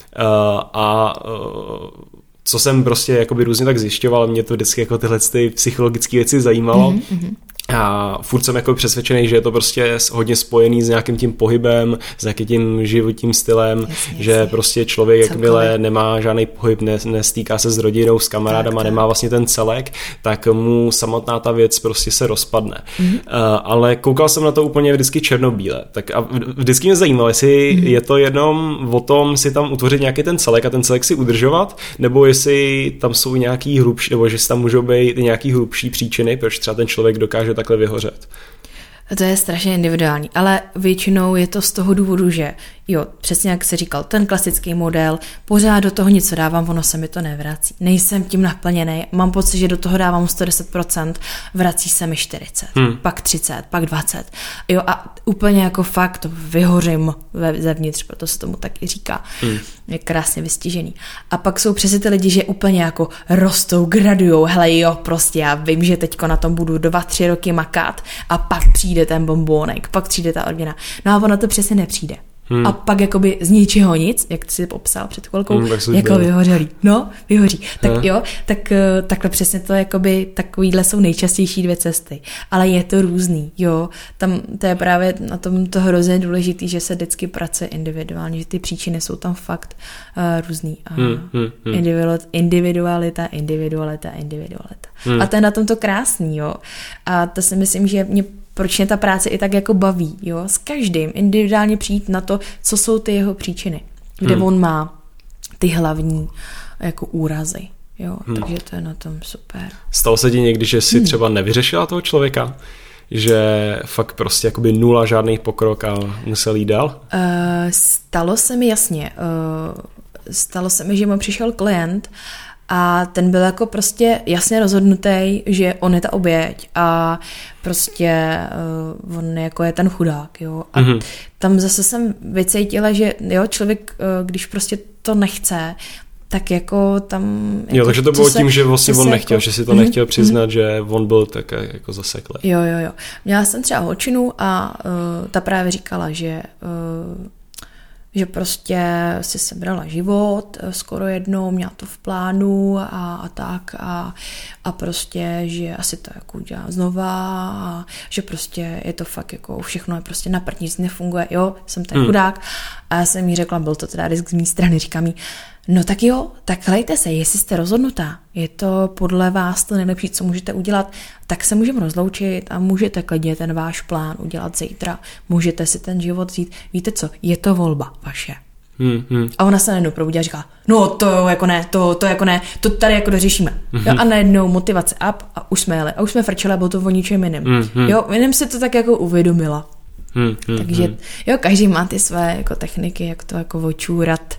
B: Co jsem prostě jakoby různě tak zjišťoval, mě to vždycky jako tyhle ty psychologické věci zajímalo, A furt jsem jako přesvědčený, že je to prostě hodně spojený s nějakým tím pohybem, s nějakým tím životním stylem, že prostě člověk, jakmile nemá žádný pohyb, nestýká se s rodinou, s kamarádama, nemá vlastně ten celek, tak mu samotná ta věc prostě se rozpadne. Ale koukal jsem na to úplně vždycky černobíle. Tak a vždycky mě zajímalo, jestli je to jenom o tom si tam utvořit nějaký ten celek a ten celek si udržovat, nebo jestli tam jsou nějaký hlubší, nebo že tam můžou být nějaký hlubší příčiny, proč třeba ten člověk dokáže takhle vyhořet.
C: To je strašně individuální, ale většinou je to z toho důvodu, že jo, přesně jak jsi říkal, ten klasický model, pořád do toho něco dávám, ono se mi to nevrací. Nejsem tím naplněný, mám pocit, že do toho dávám 110%, vrací se mi 40, pak 30, pak 20. Jo, a úplně jako fakt vyhořím zevnitř, proto se tomu tak i říká. Je krásně vystižený. A pak jsou přesně ty lidi, že úplně jako rostou, gradujou, hele jo, prostě já vím, že teďko na tom budu 2-3 roky makat a pak přijde ten bombónek, pak přijde ta odměna. No a ono to přesně nepřijde. A pak jakoby z ničeho nic, jak ty jsi popsal před chvilkou, jako vyhořelý. No, vyhoří. Tak jo, tak takhle přesně to jakoby takovýhle jsou nejčastější 2 cesty. Ale je to různý, jo. Tam to je právě na tom to hrozně důležitý, že se vždycky pracuje individuálně, že ty příčiny jsou tam fakt různý. A individualita. A to je na tom to krásný, jo. A to si myslím, že proč mě ta práce i tak jako baví, jo, s každým individuálně přijít na to, co jsou ty jeho příčiny, kde on má ty hlavní jako úrazy, jo, takže to je na tom super.
B: Stalo se ti někdy, že jsi třeba nevyřešila toho člověka? Že fakt prostě jakoby nula žádný pokrok a musel jít dál?
C: Stalo se mi, jasně. Stalo se mi, že mu přišel klient a ten byl jako prostě jasně rozhodnutý, že on je ta oběť a prostě on jako je ten chudák, jo. A tam zase jsem vycítila, že jo, člověk, když prostě to nechce, tak jako tam... Jako,
B: jo, takže to bylo tím, že vlastně on nechtěl, že si to nechtěl přiznat, že on byl tak jako zaseklý.
C: Jo. Měla jsem třeba holčinu a ta právě říkala, že prostě si sebrala život skoro jednou, měla to v plánu a tak a prostě, že asi to jako udělá znova a že prostě je to fakt jako všechno je prostě na prd, nic nefunguje, jo, jsem ten chudák a já jsem jí řekla, byl to teda risk z mý strany, říkám jí, no tak jo, tak hlejte se, jestli jste rozhodnutá, je to podle vás to nejlepší, co můžete udělat, tak se můžeme rozloučit a můžete klidně ten váš plán udělat zítra, můžete si ten život vzít, víte co, je to volba vaše. A ona se najednou probudila a říká, no to jako ne, to jako ne, to tady jako dořešíme. Jo, a najednou motivace up a už jsme jeli a už jsme frčeli a bylo to o ničem jiném. Jo, jenom se to tak jako uvědomila. Takže jo, každý má ty své jako techniky, jak to jako očůrat.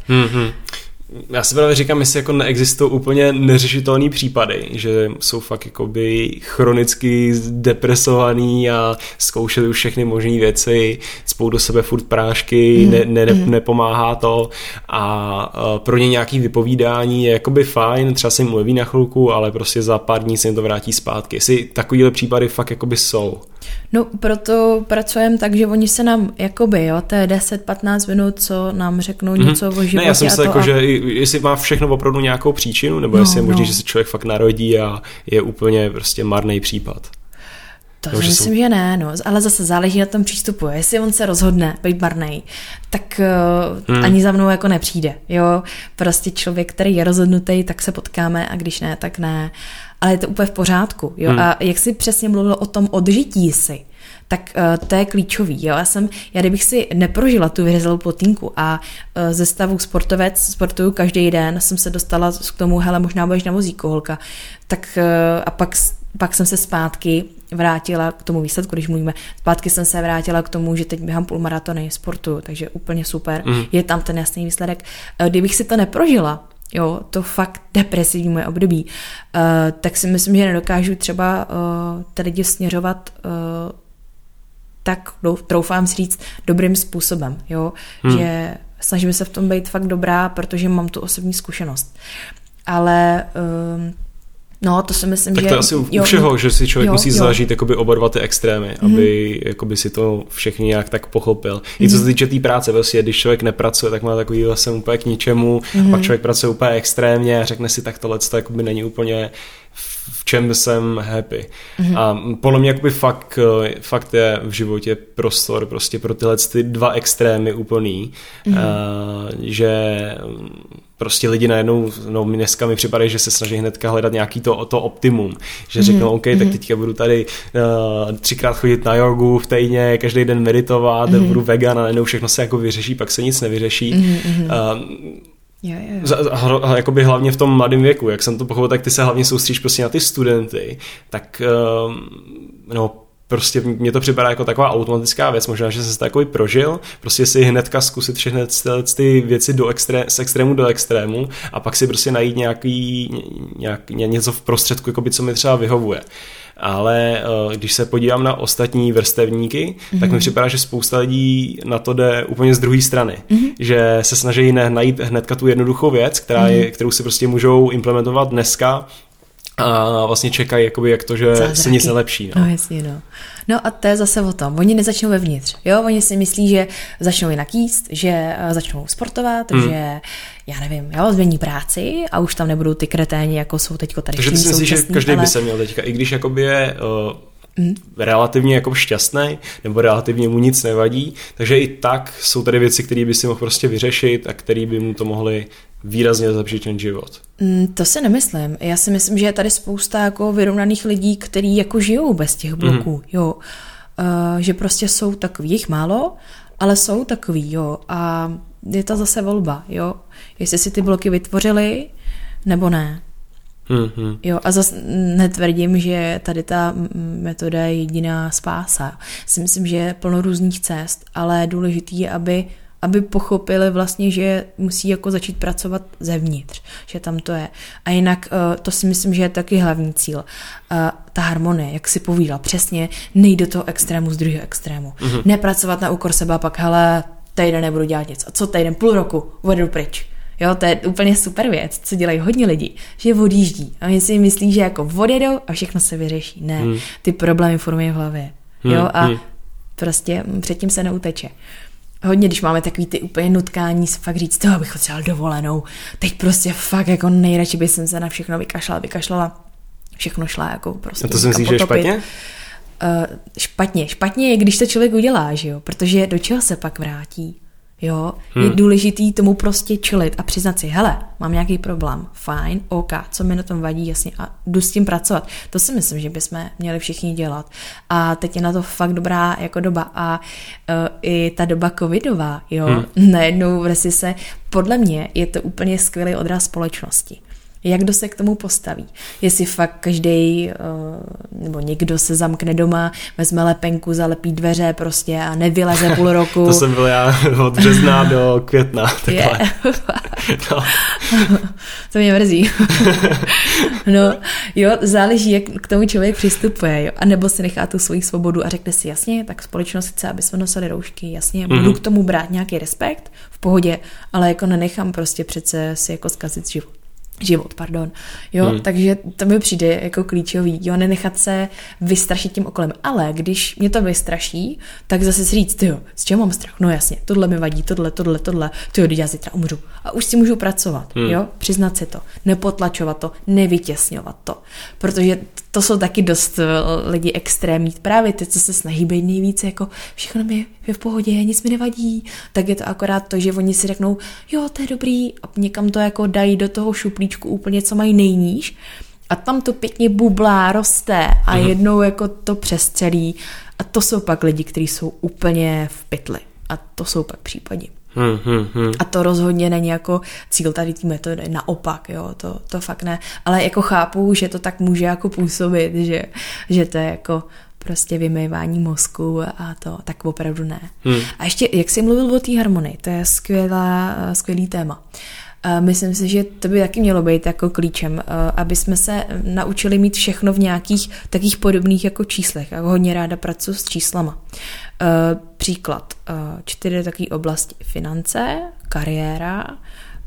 B: Já si právě říkám, jestli jako neexistují úplně neřešitelný případy, že jsou fakt jakoby chronicky depresovaný a zkoušeli už všechny možné věci, cpou do sebe furt prášky, nepomáhá to a pro ně nějaký vypovídání je jakoby fajn, třeba se jim uleví na chvilku, ale prostě za pár dní se jim to vrátí zpátky. Jestli takovýhle případy fakt jakoby jsou.
C: No, proto pracujeme tak, že oni se nám, jakoby, jo, to je 10-15 minut, co nám řeknou něco o životě.
B: Ne, já jsem se jako, že jestli má všechno opravdu nějakou příčinu, nebo jestli je možný, že se člověk fakt narodí a je úplně prostě marný případ.
C: To si myslím, že ne, no, ale zase záleží na tom přístupu. Jestli on se rozhodne být marnej, tak ani za mnou jako nepřijde, jo. Prostě člověk, který je rozhodnutý, tak se potkáme a když ne, tak ne. Ale je to úplně v pořádku, jo. A jak jsi přesně mluvil o tom odžití si, tak to je klíčový, jo. Já kdybych si neprožila tu vyřezlou plotínku a ze stavu sportuju každý den, jsem se dostala k tomu, hele, možná budeš na vozíku, holka, tak a pak jsem se zpátky vrátila k tomu výsledku, když mluvíme. Zpátky jsem se vrátila k tomu, že teď běhám půlmaratony, sportuju, takže úplně super. Je tam ten jasný výsledek. Kdybych si to neprožila, jo, to fakt depresivní moje období, tak si myslím, že nedokážu třeba ty lidi směřovat tak, troufám si říct, dobrým způsobem, jo, že snažím se v tom být fakt dobrá, protože mám tu osobní zkušenost. Ale No, to si myslím,
B: tak
C: že...
B: Tak to asi u všeho, že si člověk musí zažít jakoby oba dva ty extrémy, aby jakoby si to všechny nějak tak pochopil. I co se týče té práce, vlastně, když člověk nepracuje, tak má takový jsem úplně k ničemu, pak člověk pracuje úplně extrémně a řekne si, tak tohleto jakoby není úplně v čem jsem happy. A podle mě jakoby fakt je v životě prostor prostě pro tyhle ty dva extrémy úplný, že prostě lidi najednou, no dneska mi připadají, že se snaží hnedka hledat nějaký to optimum, že řeknou, OK, tak teďka budu tady 3krát chodit na jogu v týdně, každý den meditovat, budu vegan a najednou všechno se jako vyřeší, pak se nic nevyřeší. Jakoby hlavně v tom mladém věku, jak jsem to pochopil, tak ty se hlavně soustříš prostě na ty studenty, tak prostě mně to připadá jako taková automatická věc, možná, že jsem se takový prožil, prostě si hnedka zkusit všechny ty věci z extrému do extrému a pak si prostě najít něco v prostředku, jakoby, co mi třeba vyhovuje. Ale když se podívám na ostatní vrstevníky, tak mi připadá, že spousta lidí na to jde úplně z druhé strany. Že se snaží najít hnedka tu jednoduchou věc, kterou si prostě můžou implementovat dneska a vlastně čekají, jakoby, jak to, že se nic nelepší.
C: No jasně, no. No a to je zase o tom. Oni nezačnou vevnitř. Jo, oni si myslí, že začnou jinak jíst, že začnou sportovat, že já nevím, změní práci a už tam nebudou ty kreténi, jako jsou teďko tady.
B: Takže ty si myslíš, že každý by se měl teďka, i když jakoby je relativně jako šťastný, nebo relativně mu nic nevadí, takže i tak jsou tady věci, které by si mohl prostě vyřešit a které by mu to mohly výrazně zlepšit ten život.
C: To si nemyslím. Já si myslím, že je tady spousta jako vyrovnaných lidí, kteří jako žijou bez těch bloků. Jo. Že prostě jsou takový, jich málo, ale jsou takový, jo. A je to zase volba, jo. Jestli si ty bloky vytvořili, nebo ne. Jo, a zase netvrdím, že tady ta metoda je jediná spása. Si myslím, že je plno různých cest, ale důležitý je, aby pochopili vlastně, že musí jako začít pracovat zevnitř, že tam to je. A jinak to si myslím, že je taky hlavní cíl. Ta harmonie, jak si povídala, přesně nejde do toho extrému z druhého extrému. Nepracovat na úkor sebe a pak, hele, týden nebudu dělat nic. A co týden, půl roku, odjedu pryč. Jo, to je úplně super věc, co dělají hodně lidí, že odjíždí a oni si myslí, že jako odjedou a všechno se vyřeší. Ne, ty problémy formují v hlavě. Jo, a prostě předtím se neuteče. Hodně, když máme takový ty úplně nutkání, fakt říct, toho bych potřeboval dovolenou, teď prostě fakt jako nejradši bych se na všechno vykašlala, všechno šla jako prostě.
B: A to si myslíš, že je špatně?
C: Špatně je, když to člověk udělá, že jo, protože do čeho se pak vrátí. Jo, je důležitý tomu prostě chillit a přiznat si, hele, mám nějaký problém, fajn, OK, co mi na tom vadí, jasně, a jdu s tím pracovat. To si myslím, že bychom měli všichni dělat. A teď je na to fakt dobrá jako doba a i ta doba covidová, jo, najednou vlastně se, podle mě je to úplně skvělý odraz společnosti. Jak kdo se k tomu postaví. Jestli fakt každý nebo někdo se zamkne doma, vezme lepenku, zalepí dveře prostě a nevyleze půl roku.
B: To jsem byl já od března do května.
C: No. To mě mrzí. No, jo, záleží, jak k tomu člověk přistupuje, jo. A nebo si nechá tu svoji svobodu a řekne si, jasně, tak společnost chce, aby jsme nosili roušky, jasně, budu k tomu brát nějaký respekt, v pohodě, ale jako nenechám prostě přece si jako zkazit život, jo, takže to mi přijde jako klíčový, jo, nenechat se vystrašit tím okolem, ale když mě to vystraší, tak zase si říct, tyjo, s čím mám strach, no jasně, tohle mi vadí, tohle, tyjo, teď já zítra umřu a už si můžu pracovat, jo, přiznat si to, nepotlačovat to, nevytěsňovat to, protože to jsou taky dost lidi extrémní, právě ty, co se snaží být nejvíce, jako všechno mi je v pohodě, nic mi nevadí, tak je to akorát to, že oni si řeknou, jo, to je dobrý a někam to jako dají do toho šuplíčku úplně, co mají nejníž a tam to pěkně bublá, roste a jednou jako to přestřelí a to jsou pak lidi, kteří jsou úplně v pytli a to jsou pak případy. A to rozhodně není jako cíl tady té metody, naopak, jo, to fakt ne, ale jako chápu, že to tak může jako působit, že to je jako prostě vymývání mozku a to tak opravdu ne. A ještě, jak jsi mluvil o té harmonii, to je skvělý téma. Myslím si, že to by taky mělo být jako klíčem, aby jsme se naučili mít všechno v nějakých takých podobných jako číslech. Já hodně ráda pracuji s číslama. Příklad, 4 takové oblasti: finance, kariéra,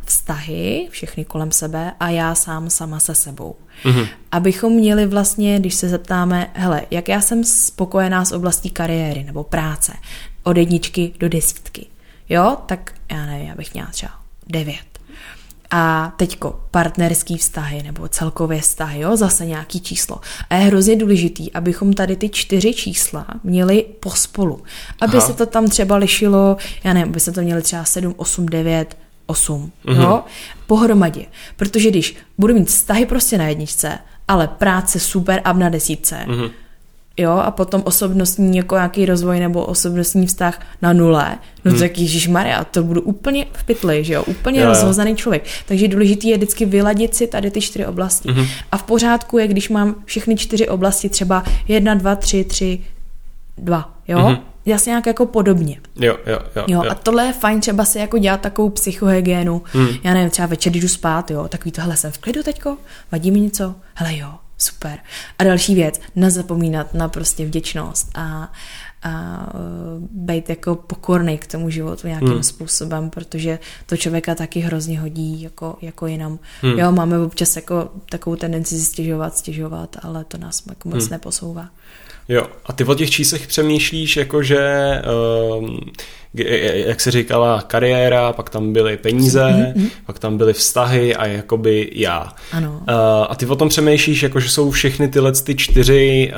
C: vztahy, všechny kolem sebe a já sám sama se sebou. Abychom měli vlastně, když se zeptáme, hele, jak já jsem spokojená s oblastí kariéry nebo práce, od 1 do 10. Jo, tak já nevím, já bych měla třeba 9. A teďko partnerský vztahy nebo celkově vztahy, jo, zase nějaký číslo. A je hrozně důležitý, abychom tady ty 4 čísla měli pospolu. Aby se to tam třeba lišilo, já nevím, aby se to měli třeba 7, 8, 9, 8, jo, pohromadě. Protože když budu mít vztahy prostě na 1, ale práce super a na 10, jo, a potom osobnostní jako nějaký rozvoj nebo osobnostní vztah na 0, no tak ježišmarja, to budu úplně v pytli, že jo, úplně rozhozený člověk. Takže důležitý je vždycky vyladit si tady ty 4 oblasti. A v pořádku je, když mám všechny 4 oblasti, třeba 1, 2, 3, 3, 2, jo, jasně nějak jako podobně. Jo, a tohle je fajn třeba si jako dělat takovou psychohygienu, já nevím, třeba večer, když jdu spát, jo, takový to, hele, jsem v klidu teďko, vadí mi něco, hele jo, super. A další věc, nezapomínat na prostě vděčnost a být jako pokorný k tomu životu nějakým způsobem, protože to člověka taky hrozně hodí jako jinam. Jo, máme občas jako takovou tendenci stěžovat, ale to nás jako moc neposouvá.
B: Jo, a ty o těch číslech přemýšlíš, jakože, jak se říkala, kariéra, pak tam byly peníze, pak tam byly vztahy a jakoby já.
C: Ano.
B: A ty o tom přemýšlíš, jakože jsou všechny tyhle 4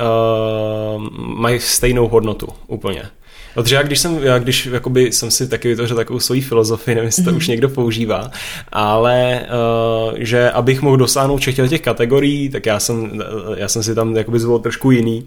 B: mají stejnou hodnotu úplně. Protože já když jakoby jsem si taky vytvořil takovou svoji filozofii, nevím, jestli to už někdo používá, ale že abych mohl dosáhnout všech těch kategorií, tak já jsem si tam jakoby zvolil trošku jiný,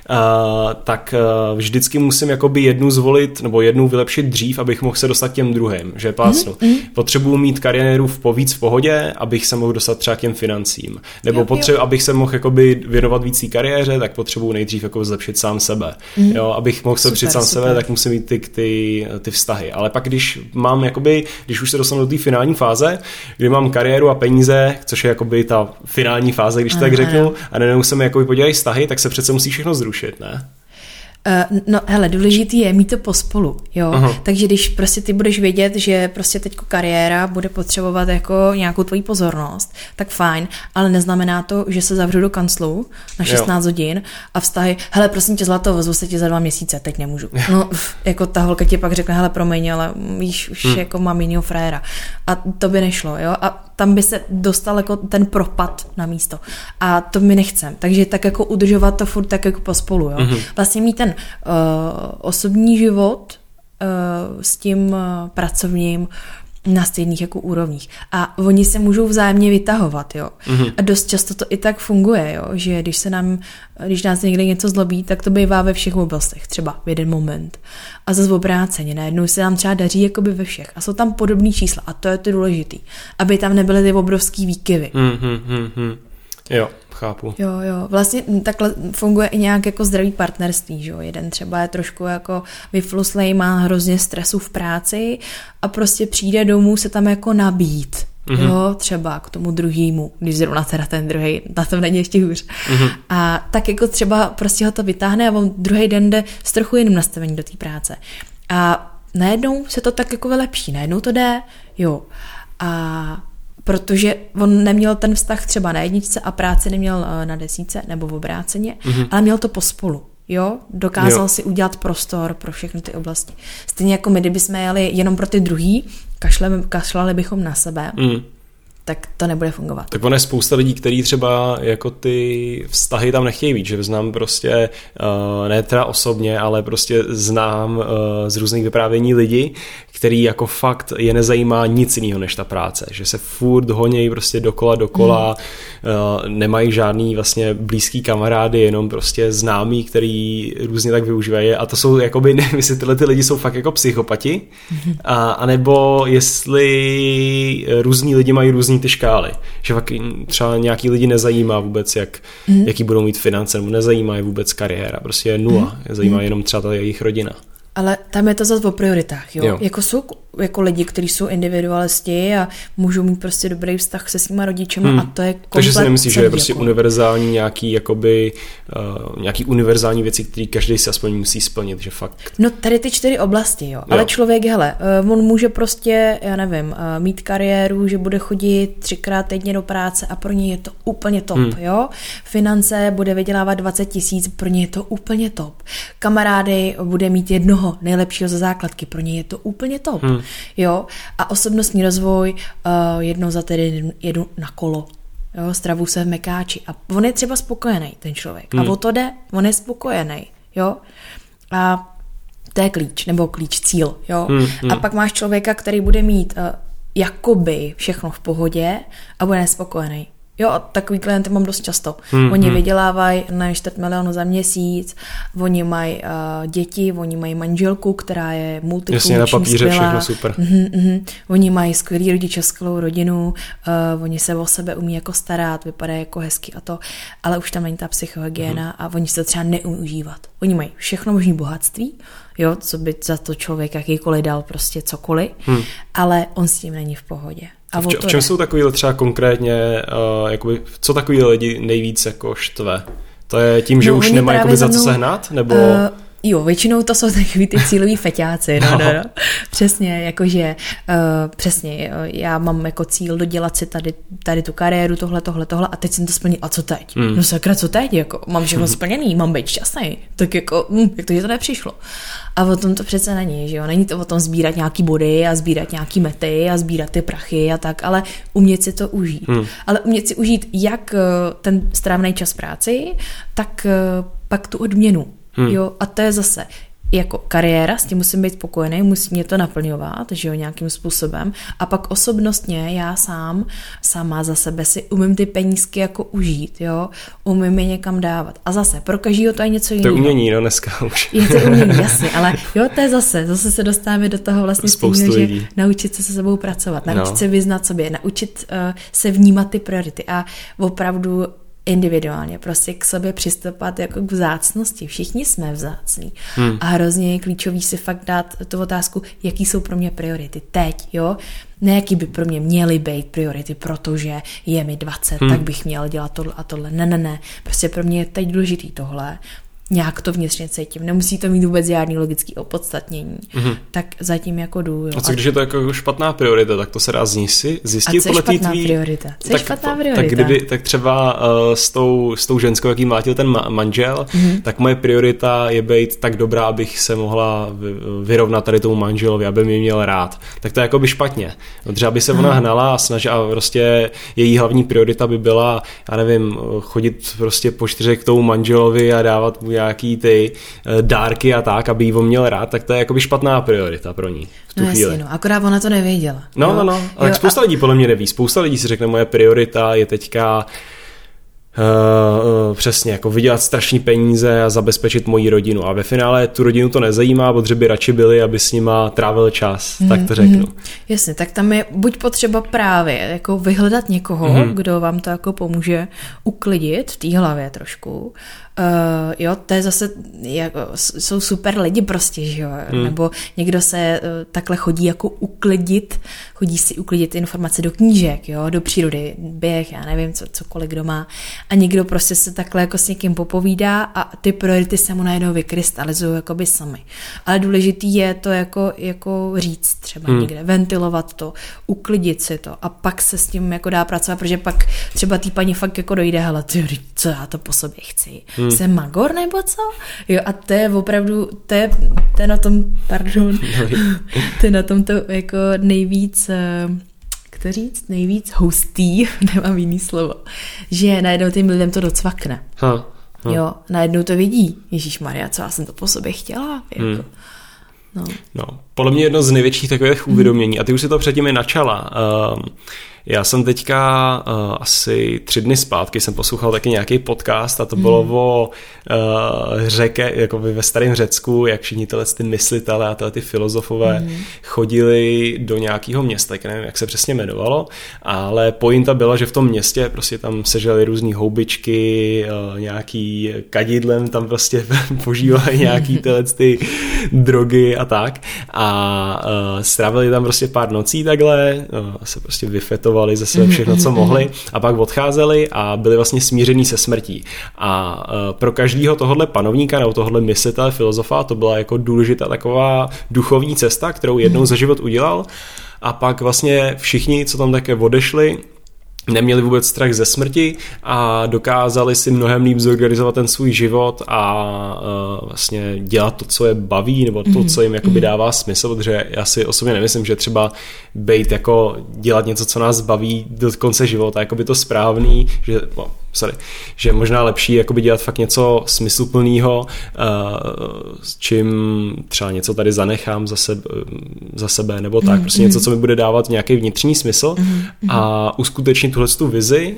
B: tak vždycky musím jakoby jednu zvolit, nebo jednu vylepšit dřív, abych mohl se dostat k těm druhým, že plácnu. Potřebuji mít kariéru víc v pohodě, abych se mohl dostat třeba k těm financím. Nebo abych se mohl jakoby věnovat víc té kariéře, tak potřebuji nejdřív jako zlepšit sám sebe. Jo, abych mohl se přijít sám sebe, tak musím mít ty vztahy. Ale pak, když už se dostanu do té finální fáze, kdy mám kariéru a peníze, což je jakoby ta finální fáze, když tak řeknu, a nemusím jakoby podělat vztahy, tak se přece musí všechno zrušit, ne?
C: No hele, důležitý je mít to pospolu, jo. Takže když prostě ty budeš vědět, že prostě teďko kariéra bude potřebovat jako nějakou tvoji pozornost, tak fajn, ale neznamená to, že se zavřu do kanclu na 16 hodin a vztahy, hele, prosím tě zlato, vezmu se tě za 2 měsíce, teď nemůžu. No, jako ta holka ti pak řekne, hele, promiň, ale víš, už jako mám jinýho frajera. A to by nešlo, jo. A tam by se dostal jako ten propad na místo. A to my nechcem. Takže tak jako udržovat to furt tak jako pospolu, jo. Vlastně mít ten osobní život s tím pracovním na stejných jako úrovních. A oni se můžou vzájemně vytahovat, jo. A dost často to i tak funguje, jo, že když nás někde něco zlobí, tak to bývá ve všech oblastech, třeba v jeden moment. A zase obráceně, najednou se nám třeba daří jakoby ve všech. A jsou tam podobný čísla a to je to důležitý. Aby tam nebyly ty obrovský výkyvy.
B: Jo, chápu.
C: Jo, vlastně takhle funguje i nějak jako zdravý partnerství, že jo. Jeden třeba je trošku jako vyfluslej, má hrozně stresu v práci a prostě přijde domů se tam jako nabít. Jo, třeba k tomu druhému, když zrovna teda ten druhej, na tom není ještě hůř. A tak jako třeba prostě ho to vytáhne a on druhý den jde s trochu jiným nastavením do té práce. A najednou se to tak jako vylepší, najednou to jde, jo. A protože on neměl ten vztah třeba na 1 a práci neměl na 10 nebo v obráceně, ale měl to pospolu. Jo, dokázal si udělat prostor pro všechny ty oblasti. Stejně jako my, kdybychom jeli jenom pro ty druhý, kašlali bychom na sebe, tak to nebude fungovat. Tak
B: ono je spousta lidí, kteří třeba jako ty vztahy tam nechtějí víc, že znám prostě, ne teda osobně, ale prostě znám z různých vyprávění lidi, který jako fakt je nezajímá nic jiného než ta práce, že se furt honějí prostě dokola, nemají žádný vlastně blízký kamarády, jenom prostě známí, který různě tak využívají a to jsou jakoby, nevím, jestli tyhle ty lidi jsou fakt jako psychopati, anebo jestli různí lidi mají různý ty škály, že fakt třeba nějaký lidi nezajímá vůbec, jaký budou mít finance, nebo nezajímá je vůbec kariéra, prostě je nula, zajímá jenom třeba ta jejich rodina.
C: Ale tam je to zase o prioritách, jo? Jako jsou jako lidi, kteří jsou individualisti a můžou mít prostě dobrý vztah se svýma rodičema a to je komplet.
B: Takže si nemyslíš, že je prostě
C: jako
B: univerzální nějaký jakoby nějaký univerzální věci, které každý si aspoň musí splnit, že fakt.
C: No tady ty 4 oblasti, jo. Ale člověk, hele, on může prostě, já nevím, mít kariéru, že bude chodit 3krát týdně do práce a pro něj je to úplně top, jo. Finance bude vydělávat 20 000, pro něj je to úplně top. Kamarády bude mít jednoho nejlepšího ze základky, pro něj je to úplně top. Jo, a osobnostní rozvoj, jednou za týden jedu na kolo, jo, stravu se v Mekáči a on je třeba spokojený, ten člověk. A o to jde, on je spokojený, jo. A to je klíč, nebo cíl, jo. A pak máš člověka, který bude mít jakoby všechno v pohodě a bude nespokojený. Jo, takový klienty mám dost často. Oni vydělávají na 4 miliony za měsíc, oni mají děti, oni mají manželku, která je multifunkční,
B: jasně, na papíře všechno super.
C: Oni mají skvělý rodiče, skvělou rodinu, oni se o sebe umí jako starat, vypadají jako hezky a to, ale už tam není ta psychohygiena a oni se to třeba neumí užívat. Oni mají všechno možný bohatství, jo, co by za to člověk jakýkoliv dal prostě cokoliv, ale on s tím není v pohodě.
B: V čem jsou takový třeba konkrétně, jakoby, co takový lidi nejvíc jako štve? To je tím, že už nemají jakoby za co sehnat? Nebo...
C: Jo, většinou to jsou takový ty cíloví feťáci, no. Přesně, jakože, přesně, já mám jako cíl dodělat si tady tu kariéru, tohle a teď jsem to splnil, a co teď? No sakra, co teď? Jako, mám všechno splněný, mám být šťastný, tak jako, jak to, že to nepřišlo. A o tom to přece není, že jo, není to o tom sbírat nějaký body a sbírat nějaký mety a sbírat ty prachy a tak, ale umět si to užít. Ale umět si užít jak ten strávnej čas práci, tak pak tu odměnu. Jo, a to je zase jako kariéra, s tím musím být spokojený, musí mě to naplňovat, že jo, nějakým způsobem. A pak osobnostně já sama za sebe si umím ty penízky jako užít, jo, umím je někam dávat. A zase, pro každýho to je něco jiného.
B: To je umění, no dneska už.
C: Je to umění, jasně, ale jo, to je zase se dostáváme do toho vlastně
B: spoustu
C: tím,
B: lidí.
C: Že naučit se sebou pracovat, naučit se vyznat sobě, naučit se vnímat ty priority a opravdu individuálně, prostě k sobě přistupovat jako k vzácnosti. Všichni jsme vzácní. A hrozně je klíčový si fakt dát tu otázku, jaký jsou pro mě priority teď, jo? Ne, jaký by pro mě měly být priority, protože je mi 20, tak bych měl dělat tohle a tohle. Ne. Prostě pro mě je teď důležitý tohle. Nějak to vnitřně cítím. Nemusí to mít vůbec žádný logický opodstatnění. Tak zatím jako jdu. Jo.
B: A co když je to jako špatná priorita, tak to se dá zjistit podle té tvý...
C: priorita? Co je špatná priorita?
B: Tak třeba s tou ženskou, jaký mlátil ten manžel, tak moje priorita je být tak dobrá, abych se mohla vyrovnat tady tomu manželovi, aby mě měl rád. Tak to je jako by špatně. Třeba by se ona hnala a snažila, prostě její hlavní priorita by byla, já nevím, chodit prostě po 4 k tomu manželovi a dávat mu nějaký ty dárky a tak, aby jí on měl rád, tak to je jakoby špatná priorita pro ní v tu chvíli.
C: Jasně, no, akorát ona to nevěděla.
B: No, ale spousta lidí podle mě neví. Spousta lidí si řekne, moje priorita je teďka přesně, jako vydělat strašný peníze a zabezpečit moji rodinu. A ve finále tu rodinu to nezajímá, protože by radši byli, aby s nima trávil čas, tak to řeknu.
C: Jasně, tak tam je buď potřeba právě jako vyhledat někoho, kdo vám to jako pomůže uklidit v té hlavě trošku. Jo, to je zase, jako, jsou super lidi prostě, že jo, nebo někdo se takhle chodí jako chodí si uklidit informace do knížek, jo, do přírody, běh, já nevím, cokoliv kdo má, a někdo prostě se takhle jako s někým popovídá a ty priority se mu najednou vykrystalizují jakoby sami. Ale důležitý je to jako říct třeba někde, ventilovat to, uklidit si to a pak se s tím jako dá pracovat, protože pak třeba tý paní fakt jako dojde, hele, ty, co já to po sobě chci. Jsem magor nebo co? Jo, a to je opravdu, to je na tom, to je na tom to jako nejvíc, jak to říct, nejvíc hustý, nemám jiný slovo, že najednou tím lidem to docvakne. Jo, najednou to vidí, ježišmarja, co já jsem to po sobě chtěla, jako. No,
B: podle mě jedno z největších takových uvědomění, a ty už si to předtím i načala, Já jsem teďka asi 3 dny zpátky jsem poslouchal taky nějaký podcast a to bylo o Řekě, jako ve starém Řecku, jak všichni ty myslitelé a ty filozofové chodili do nějakého města, nevím, jak se přesně jmenovalo, ale pointa byla, že v tom městě prostě tam seželi různý houbičky, nějaký kadidlem tam prostě požívali nějaký ty drogy a tak a strávili tam prostě pár nocí takhle, se prostě vyfetovali ze sebe všechno, co mohli a pak odcházeli a byli vlastně smíření se smrtí. A pro každého tohohle panovníka nebo tohohle myslitele, filozofa to byla jako důležitá taková duchovní cesta, kterou jednou za život udělal a pak vlastně všichni, co tam také odešli, neměli vůbec strach ze smrti a dokázali si mnohem líp zorganizovat ten svůj život a vlastně dělat to, co je baví, nebo to, co jim jakoby dává smysl, protože já si osobně nemyslím, že třeba dělat něco, co nás baví do konce života, jakoby to správný, že je možná lepší jakoby dělat fakt něco smysluplného, s čím třeba něco tady zanechám za sebe nebo tak, prostě něco, co mi bude dávat nějaký vnitřní smysl a uskutečnit tuhletu vizi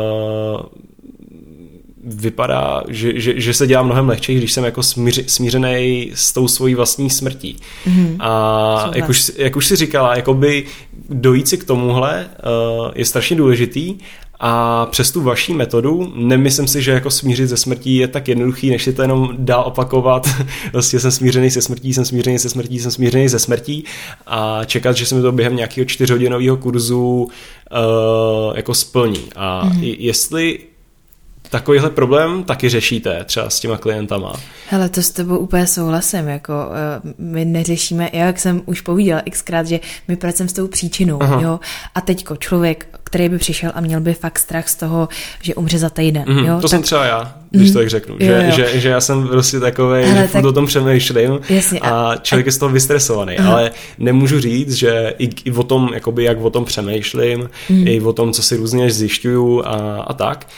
B: vypadá, že se dělá mnohem lehčej, když jsem jako smířený s tou svojí vlastní smrtí. A jak už si říkala, jakoby dojít si k tomuhle je strašně důležitý a přes tu vaší metodu nemyslím si, že jako smířit se smrtí je tak jednoduchý, než si to jenom dál opakovat. Vlastně jsem smířený se smrtí, jsem smířený se smrtí, jsem smířený se smrtí a čekat, že se mi to během nějakého 4hodinového kurzu jako splní. A jestli takovýhle problém taky řešíte třeba s těma klientama?
C: Hele, to s tebou úplně souhlasím, jako my neřešíme, jak jsem už povídala xkrát, že my pracujeme s tou příčinou, jo, a teďko člověk, který by přišel a měl by fakt strach z toho, že umře za týden, jo.
B: To tak jsem třeba já, když to tak řeknu, že já jsem prostě takovej, že furt o tom přemýšlím a člověk je z toho vystresovaný, ale nemůžu říct, že i o tom, jakoby jak o tom přemýšlím, i o tom, co si různě zjišťuju a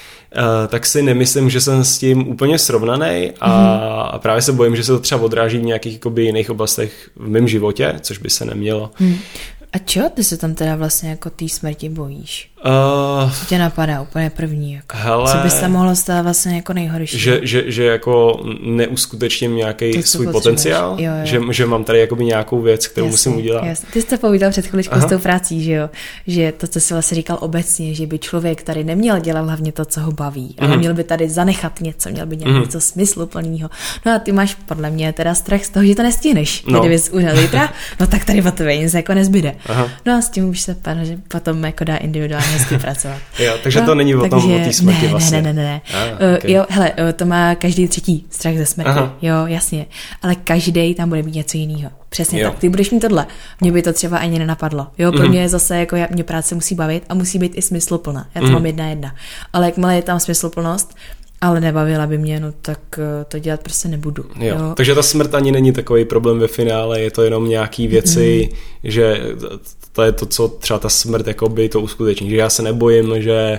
B: tak si nemyslím, že jsem s tím úplně srovnaný a právě se bojím, že se to třeba odráží v nějakých jakoby jiných oblastech v mém životě, což by se nemělo.
C: A čeho ty se tam teda vlastně jako té smrti bojíš? Co tě napadá úplně první? Jako?
B: Hele,
C: co bys tam mohlo stát vlastně jako nejhorší?
B: Že jako neuskutečním nějaký svůj potenciál? Jo. Že mám tady jakoby nějakou věc, kterou musím udělat? Jasně.
C: Ty jsi to povídal před chviličkou s tou prací, že jo? Že to, co jsi vlastně říkal obecně, že by člověk tady neměl dělat hlavně to, co ho baví, ale měl by tady zanechat něco, měl by dělat něco smysluplného. No a ty máš podle mě teda strach z toho, že to nestihneš. Kdybys udělal zítra, no tak tady o tebe nic jako nezbyde. No a s tím už se potom jako dá individuálně hezky pracovat.
B: Jo, takže to není o té smrti vlastně.
C: Ne.
B: Okay.
C: Jo, hele, to má každý třetí strach ze smrti. Jo, jasně. Ale každý tam bude mít něco jiného. Přesně tak. Ty budeš mít tohle. Mně by to třeba ani nenapadlo. Jo, pro mě je zase jako mě práce musí bavit a musí být i smysluplná. Já to mám 1:1. Ale jakmile je tam smysluplnost, ale nebavila by mě, no tak to dělat prostě nebudu.
B: Jo. Takže ta smrt ani není takový problém ve finále, je to jenom nějaký věci, že to je to, co třeba ta smrt jakoby to uskuteční. Že já se nebojím, že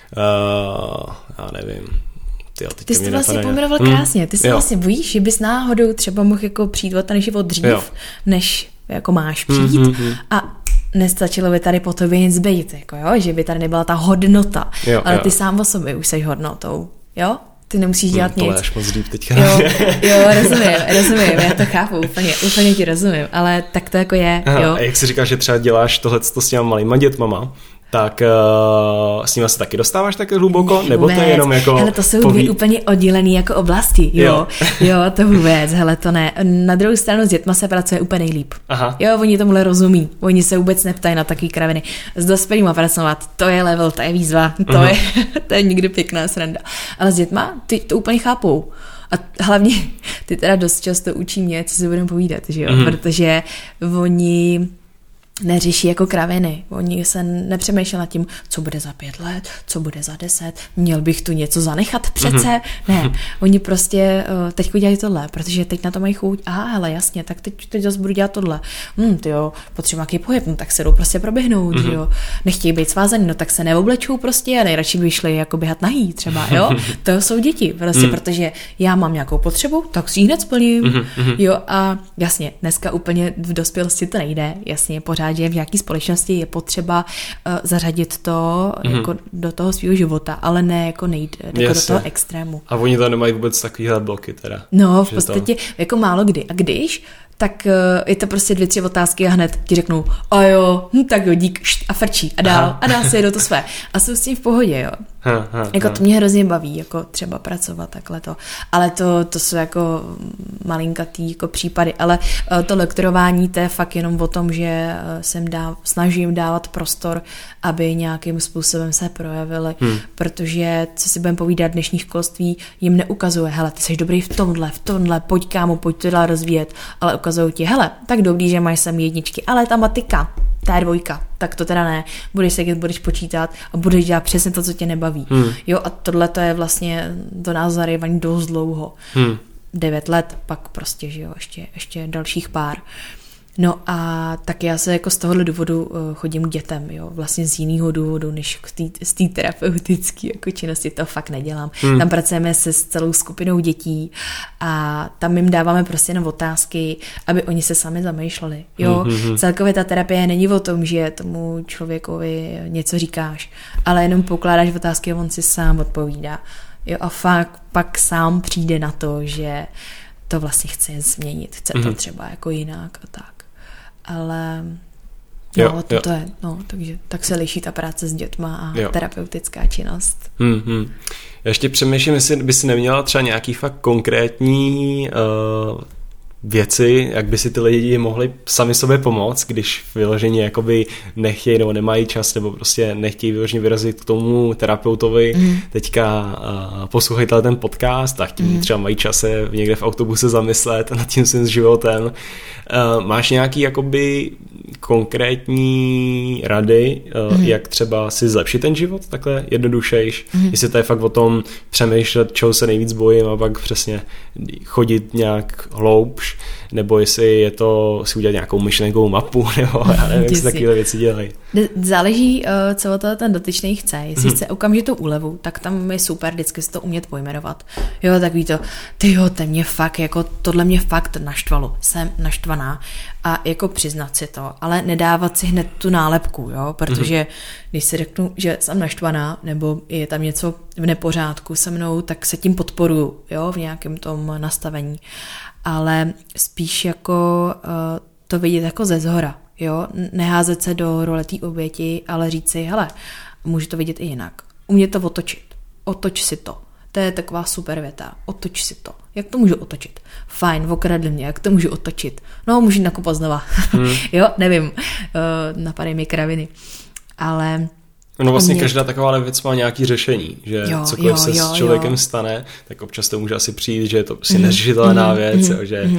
B: já nevím.
C: Ty jsi to vlastně pojmenoval krásně. Ty se vlastně bojíš, že bys náhodou třeba mohl jako přijít o ten život dřív, než jako máš přijít a nestačilo by tady po tobě nic být, jako jo? Že by tady nebyla ta hodnota, ale ty sám o sobě už jsi hodnotou. Jo? Ty nemusíš dělat nic.
B: To až moc dřív teďka.
C: Jo, rozumím, já to chápu, úplně ti rozumím, ale tak to jako je. Jo?
B: A jak jsi říkáš, že třeba děláš tohleto s těma malýma dětmama, tak s nimi se taky dostáváš tak hluboko?
C: Ne,
B: nebo
C: vůbec.
B: To je jenom jako...
C: Hele, to jsou dvě úplně oddělené jako oblasti, jo, to vůbec, hele, to ne. Na druhou stranu s dětma se pracuje úplně nejlíp.
B: Aha.
C: Jo, oni tomuhle rozumí, oni se vůbec neptají na takový kraviny. S dospělýma pracovat, to je level, to je výzva, to je nikdy pěkná sranda. Ale s dětma, ty to úplně chápou. A hlavně ty teda dost často učí mě, co si budeme povídat, že jo, protože oni neřeší jako kraviny. Oni se nepřemýšleli nad tím, co bude za 5 let, co bude za 10, měl bych tu něco zanechat přece. Ne, oni prostě teď dělají tohle, protože teď na to mají chuť. Aha, hele, jasně, tak teď zase budu dělat tohle. Tyjo, potřebuji nějaký pohyb, no tak se jdou prostě proběhnout, jo. Nechtějí být svázaný, no tak se neoblečou prostě a nejradši by šli jako běhat nahý třeba, jo. To jsou děti, prostě, protože já mám nějakou potřebu, tak si ji hned splním, jo, a jasně, dneska úplně v dospělosti to nejde, jasně, pořád pořád, že v nějaké společnosti je potřeba zařadit to jako do toho svého života, ale ne jako nejít jako do toho extrému.
B: A oni to nemají vůbec takovýhle bloky teda.
C: No, v podstatě jako málo kdy. A když, tak je to prostě 2-3 otázky a hned ti řeknou, a jo, tak jo, dík, a frčí a dál se do to své. A jsou s tím v pohodě, jo. Jako to mě hrozně baví, jako třeba pracovat takhle to. Ale to jsou jako malinkatý jako případy. Ale to lektorování, to je fakt jenom o tom, že snažím dávat prostor, aby nějakým způsobem se projevili. Protože, co si budeme povídat, dnešní školství jim neukazuje, hele, ty jsi dobrý v tomhle, pojď kámo, pojď to dál rozvíjet. Ale ukazují ti, hele, tak dobrý, že máš sem jedničky, ale ta matika, ta je 2, tak to teda ne. Budeš sedět, budeš počítat a budeš dělat přesně to, co tě nebaví. Jo, a tohle to je vlastně do nás zaryvaný dost dlouho. 9 let, pak prostě, že jo, ještě dalších pár. No a tak já se jako z tohohle důvodu chodím k dětem, jo, vlastně z jiného důvodu, než z té terapeutické jako činnosti, to fakt nedělám. Tam pracujeme se s celou skupinou dětí a tam jim dáváme prostě na otázky, aby oni se sami zamýšleli, jo. Celkově ta terapie není o tom, že tomu člověkovi něco říkáš, ale jenom pokládáš otázky a on si sám odpovídá, jo, a fakt pak sám přijde na to, že to vlastně chce změnit, chce to třeba jako jinak a tak. Ale no, to je, no, takže tak se liší ta práce s dětma a terapeutická činnost.
B: Já ještě přemýšlím, jestli by si neměla třeba nějaký fakt konkrétní věci, jak by si ty lidi mohli sami sobě pomoct, když vyloženě jakoby nechtějí nebo nemají čas, nebo prostě nechtějí vyloženě vyrazit k tomu terapeutovi. Teďka poslouchají ten podcast a chtějí třeba mají čas se někde v autobuse zamyslet nad tím svým životem. Máš nějaký jakoby konkrétní rady, jak třeba si zlepšit ten život takhle jednodušejš? Jestli to je fakt o tom přemýšlet, čeho se nejvíc bojím a pak přesně chodit nějak hloubš, nebo jestli je to si udělat nějakou myšlenkovou mapu, nebo já nevím, jak se takové věci dělají.
C: Záleží, co o to ten dotyčný chce. Jestli chce okamžitou úlevu, tak tam je super vždycky si to umět pojmenovat. Jo, tak ví to, tyjo, tohle mě fakt naštvalo. Jsem naštvaná. A jako přiznat si to, ale nedávat si hned tu nálepku, jo, protože když si řeknu, že jsem naštvaná, nebo je tam něco v nepořádku se mnou, tak se tím podporuju, jo, v nějakém tom nastavení. Ale spíš jako to vidět jako ze zhora, jo, neházet se do role té oběti, ale říct si, hele, můžu to vidět i jinak. Umět to otočit. Otoč si to. To je taková super věta. Otoč si to. Jak to můžu otočit? Fajn, okradli mě, jak to můžu otočit? No, můžu nakopat znova. Jo, nevím. Napadají mi kraviny. Ale
B: no vlastně každá taková věc má nějaký řešení, že cokoliv se s člověkem stane, tak občas to může asi přijít, že je to prostě neřešitelná věc, že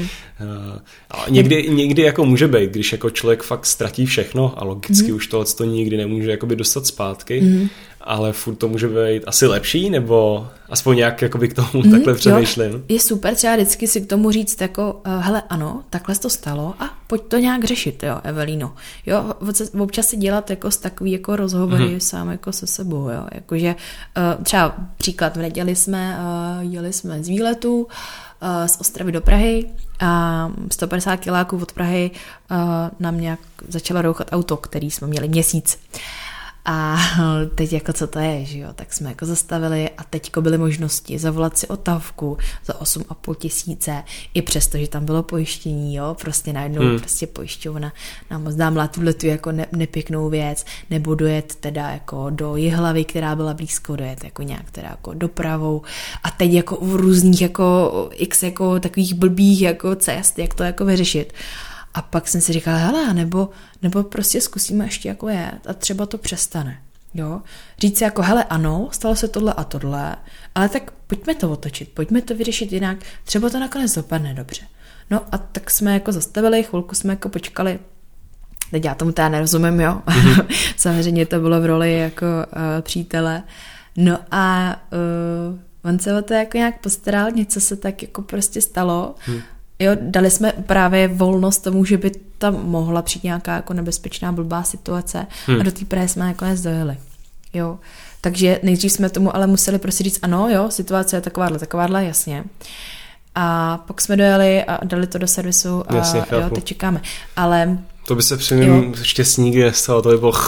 B: někdy jako může být, když jako člověk fakt ztratí všechno a logicky už to nikdy nemůže jakoby dostat zpátky, ale furt to může být asi lepší, nebo aspoň nějak jakoby k tomu takhle přemýšlím.
C: Jo, je super třeba vždycky si k tomu říct jako, hele ano, takhle to stalo a pojď to nějak řešit, jo, Evelino. Jo, občas si dělat jako z takový jako rozhovory sám jako se sebou, jo, jakože třeba příklad, v neděli jsme jeli jsme z výletu z Ostravy do Prahy a 150 kiláků od Prahy nám nějak začalo rouchat auto, který jsme měli měsíc. A teď jako co to je, že jo, tak jsme jako zastavili a teďko byly možnosti zavolat si otávku za 8,5 tisíce, i přesto, že tam bylo pojištění, jo, prostě najednou prostě pojišťovna nám zdámla tuhletu jako nepěknou věc, nebo dojet teda jako do Jihlavy, která byla blízko, dojet jako nějak teda jako dopravou a teď jako v různých jako x jako takových blbých jako cest, jak to jako vyřešit. A pak jsem si říkala, hele, nebo prostě zkusíme ještě jako jet a třeba to přestane. Jo? Říct si jako, hele, ano, stalo se tohle a tohle, ale tak pojďme to otočit, pojďme to vyřešit jinak, třeba to nakonec dopadne dobře. No a tak jsme jako zastavili, chvilku jsme jako počkali, teď já tomu teda nerozumím, jo. Samozřejmě to bylo v roli jako přítele. No a on se o to jako nějak postaral, něco se tak jako prostě stalo. Jo, dali jsme právě volnost tomu, že by tam mohla přijít nějaká jako nebezpečná blbá situace a do té Prahy jsme nakonec dojeli. Jo. Takže nejdřív jsme tomu ale museli prostě říct ano, jo, situace je takováhle, jasně. A pak jsme dojeli a dali to do servisu a jasně, jo, teď čekáme. Ale
B: To by se při mým štěstí nestalo, to by bylo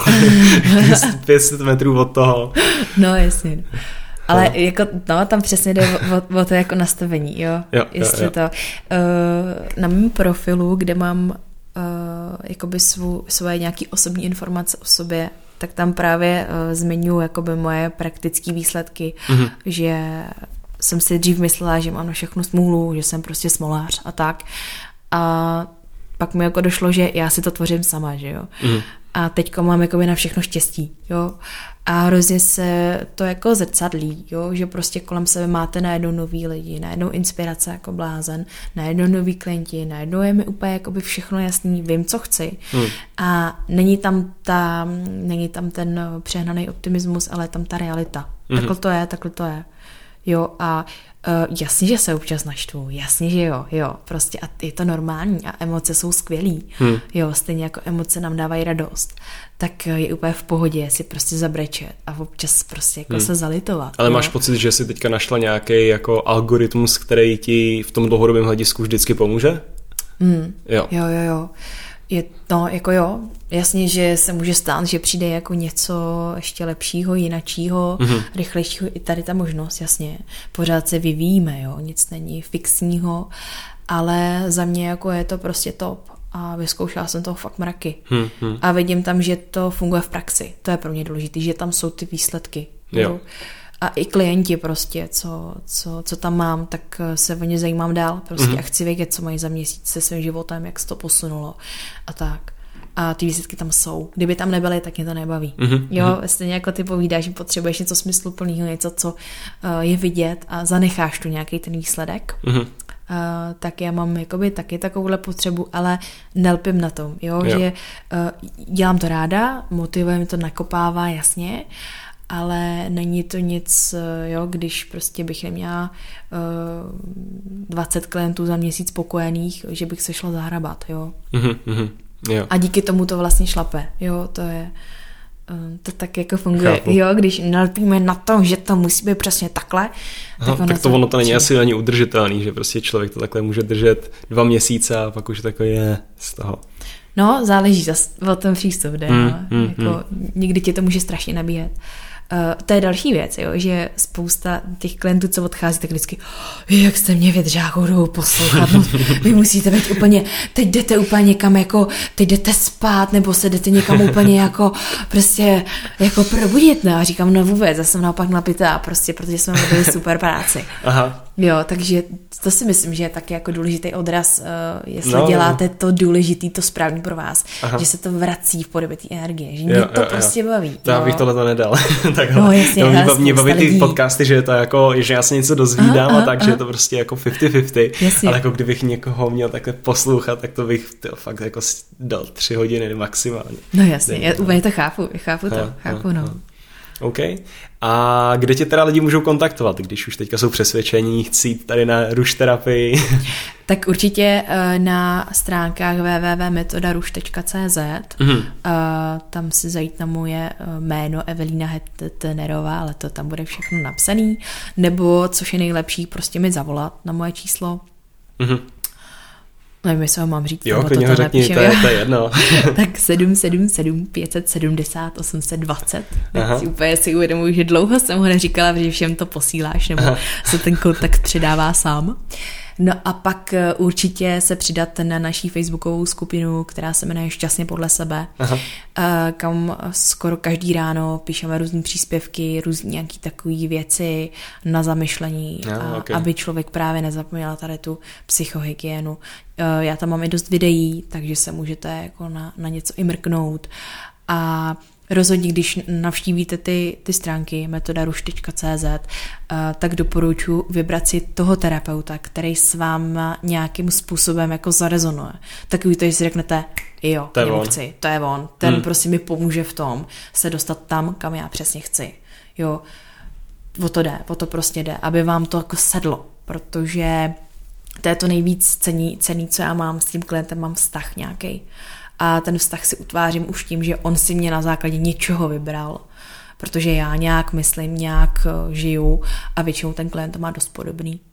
B: 500 metrů od toho.
C: No jasně. Ale jako, no, tam přesně jde o to jako nastavení, jo. Jestli to. Na mém profilu, kde mám jakoby svoje nějaký osobní informace o sobě, tak tam právě zmiňuji jakoby moje praktické výsledky, že jsem si dřív myslela, že mám na všechno smůlu, že jsem prostě smolář a tak. A pak mi jako došlo, že já si to tvořím sama, že jo. A teďko mám jakoby na všechno štěstí, jo. A hrozně se to jako zrcadlí, jo, že prostě kolem sebe máte najednou nový lidi, najednou inspirace jako blázen, najednou noví klienti, najednou je mi úplně jakoby všechno jasný, vím, co chci. A není tam ten přehnaný optimismus, ale tam ta realita. Takhle to je. Jo, a jasně, že se občas naštvu, jasně, že jo, prostě a je to normální a emoce jsou skvělý, jo, stejně jako emoce nám dávají radost, tak je úplně v pohodě si prostě zabrečet a občas prostě jako se zalitovat.
B: Ale
C: jo?
B: Máš pocit, že jsi teďka našla nějaký jako algoritmus, který ti v tom dlouhodobém hledisku vždycky pomůže? Jo.
C: Je to jako jo, jasně, že se může stát, že přijde jako něco ještě lepšího, jinačího, rychlejšího, i tady ta možnost, jasně. Pořád se vyvíjíme, jo, nic není fixního, ale za mě jako je to prostě top a vyzkoušela jsem toho fakt mraky. A vidím tam, že to funguje v praxi, to je pro mě důležité, že tam jsou ty výsledky. Jo. A i klienti prostě, co tam mám, tak se o ně zajímám dál prostě a chci vědět, co mají za měsíc se svým životem, jak se to posunulo a tak. A ty výsledky tam jsou. Kdyby tam nebyly, tak mě to nebaví. Jo, stejně jako ty povídáš, že potřebuješ něco smysluplného, něco, co je vidět a zanecháš tu nějaký ten výsledek. Tak já mám jakoby taky takovouhle potřebu, ale nelpím na tom, jo, že dělám to ráda, motivuje mi to, nakopává, jasně, ale není to nic, jo, když prostě bych neměla 20 klientů za měsíc spokojených, že bych se šla zahrabat, jo.
B: Jo.
C: A díky tomu to vlastně šlape, jo, to tak jako funguje, jo, když nalpíme na tom, že to musí být přesně takhle.
B: Tak ono to není asi ani udržitelný, že prostě člověk to takhle může držet 2 měsíce a pak už takové je z toho.
C: No, záleží o ten přístup, jako, někdy tě to může strašně nabíjet. To je další věc, jo, že spousta těch klientů, co odchází, tak vždycky, jak jste mě vědřákou jdou poslouchat, no, vy musíte být úplně, teď jdete úplně někam jako, teď jdete spát, nebo se jdete někam úplně jako, prostě, jako probudit, no, a říkám, no vůbec, já jsem naopak napitá, prostě, protože jsme měli super práci.
B: Aha.
C: Jo, takže to si myslím, že je taky jako důležitý odraz, jestli děláte to důležitý, to správný pro vás, že se to vrací v podobě té energie, že mě to prostě baví.
B: Já bych tohle nedal.
C: No, jasně,
B: mě baví ty podcasty, že je to jako, že já se něco dozvídám a tak, že je to prostě jako 50-50, ale jako kdybych někoho měl takhle poslouchat, tak to bych fakt jako dal 3 hodiny maximálně.
C: No jasně, já úplně to chápu no.
B: OK. A kde tě teda lidi můžou kontaktovat, když už teďka jsou přesvědčení, chci jít tady na ruš terapii?
C: Tak určitě na stránkách www.metodaruš.cz tam si zajít na moje jméno Evelína Hettenerová, ale to tam bude všechno napsaný, nebo, což je nejlepší, prostě mi zavolat na moje číslo. Nevím, jestli ho mám říct.
B: Jo, klidně ho řekni, to je jedno.
C: Tak 777 570 820. Teď úplně si uvědomuji, že dlouho jsem ho neříkala, protože všem to posíláš, nebo se ten kontakt předává sám. No a pak určitě se přidat na naší facebookovou skupinu, která se jmenuje Šťastně podle sebe, kam skoro každý ráno píšeme různý příspěvky, různý nějaký takový věci na zamyšlení, aby člověk právě nezapomněl tady tu psychohygienu. Já tam mám i dost videí, takže se můžete jako na něco i mrknout. A rozhodně, když navštívíte ty stránky metodaruš.cz, tak doporučuji vybrat si toho terapeuta, který s váma nějakým způsobem jako zarezonuje. Takový to, že si řeknete, jo, chci, to je on. Ten prostě mi pomůže v tom se dostat tam, kam já přesně chci. Jo, o to prostě jde, aby vám to jako sedlo, protože to je to nejvíc cený, co já mám s tím klientem, mám vztah nějaký. A ten vztah si utvářím už tím, že on si mě na základě něčeho vybral, protože já nějak myslím, nějak žiju a většinou ten klient to má dost podobný.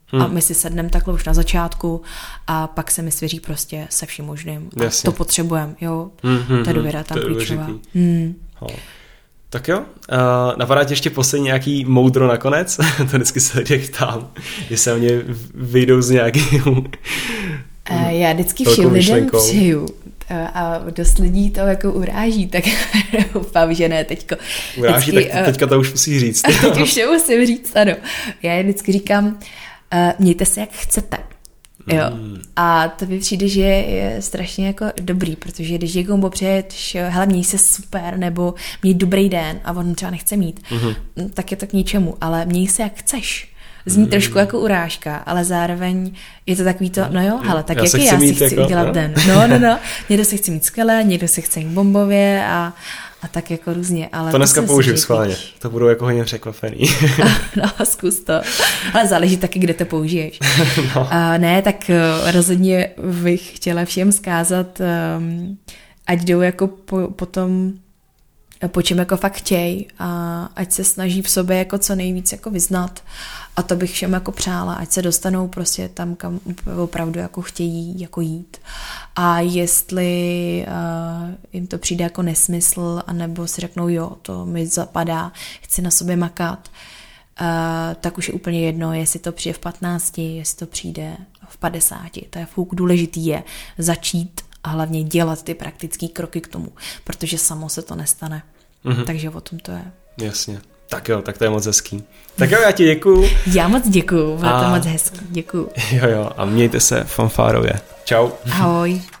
C: A my si sedneme takhle už na začátku a pak se mi svěří prostě se vším možným. A to potřebujeme, jo. Ta důvěra tam klíčová.
B: Tak jo, napadá ti ještě poslední nějaký moudro nakonec? To vždycky se lidé ptám, že se mě vyjdou z nějakého...
C: Já vždycky všem lidem přeju a dost lidí to jako uráží, tak doufám, že ne teďko.
B: Uráží, vždycky, tak teďka to už musí říct.
C: Teď už to musím říct, ano. Já vždycky říkám, mějte se jak chcete. Jo. A to mi přijde, že je strašně jako dobrý, protože když někomu popřeješ, hele, měj se super, nebo měj dobrý den a on třeba nechce mít, tak je to k ničemu, ale měj se jak chceš. Zní trošku jako urážka, ale zároveň je to takový to, no jo, hele, tak jaký já si chci jako, udělat den. No. Někdo se chce mít skvěle, někdo se chce mít bombově a tak jako různě. Ale
B: to dneska použiju schválně, to budou jako hodně překvapený.
C: No, zkus to. Ale záleží taky, kde to použiješ. Ne, tak rozhodně bych chtěla všem vzkázat, ať jdou jako potom po čem jako fakt chtěj a ať se snaží v sobě jako co nejvíc jako vyznat a to bych všem jako přála, ať se dostanou prostě tam, kam opravdu jako chtějí jako jít a jestli jim to přijde jako nesmysl anebo si řeknou jo, to mi zapadá, chci na sobě makat, tak už je úplně jedno, jestli to přijde v 15, jestli to přijde v 50, to je fuk, důležitý je začít a hlavně dělat ty praktické kroky k tomu, protože samo se to nestane. Takže o tom to je.
B: Jasně. Tak jo, tak to je moc hezký. Tak jo, já ti děkuju.
C: Já moc děkuju, bylo to moc hezký, děkuju.
B: Jo, a mějte se fanfárově. Čau.
C: Ahoj.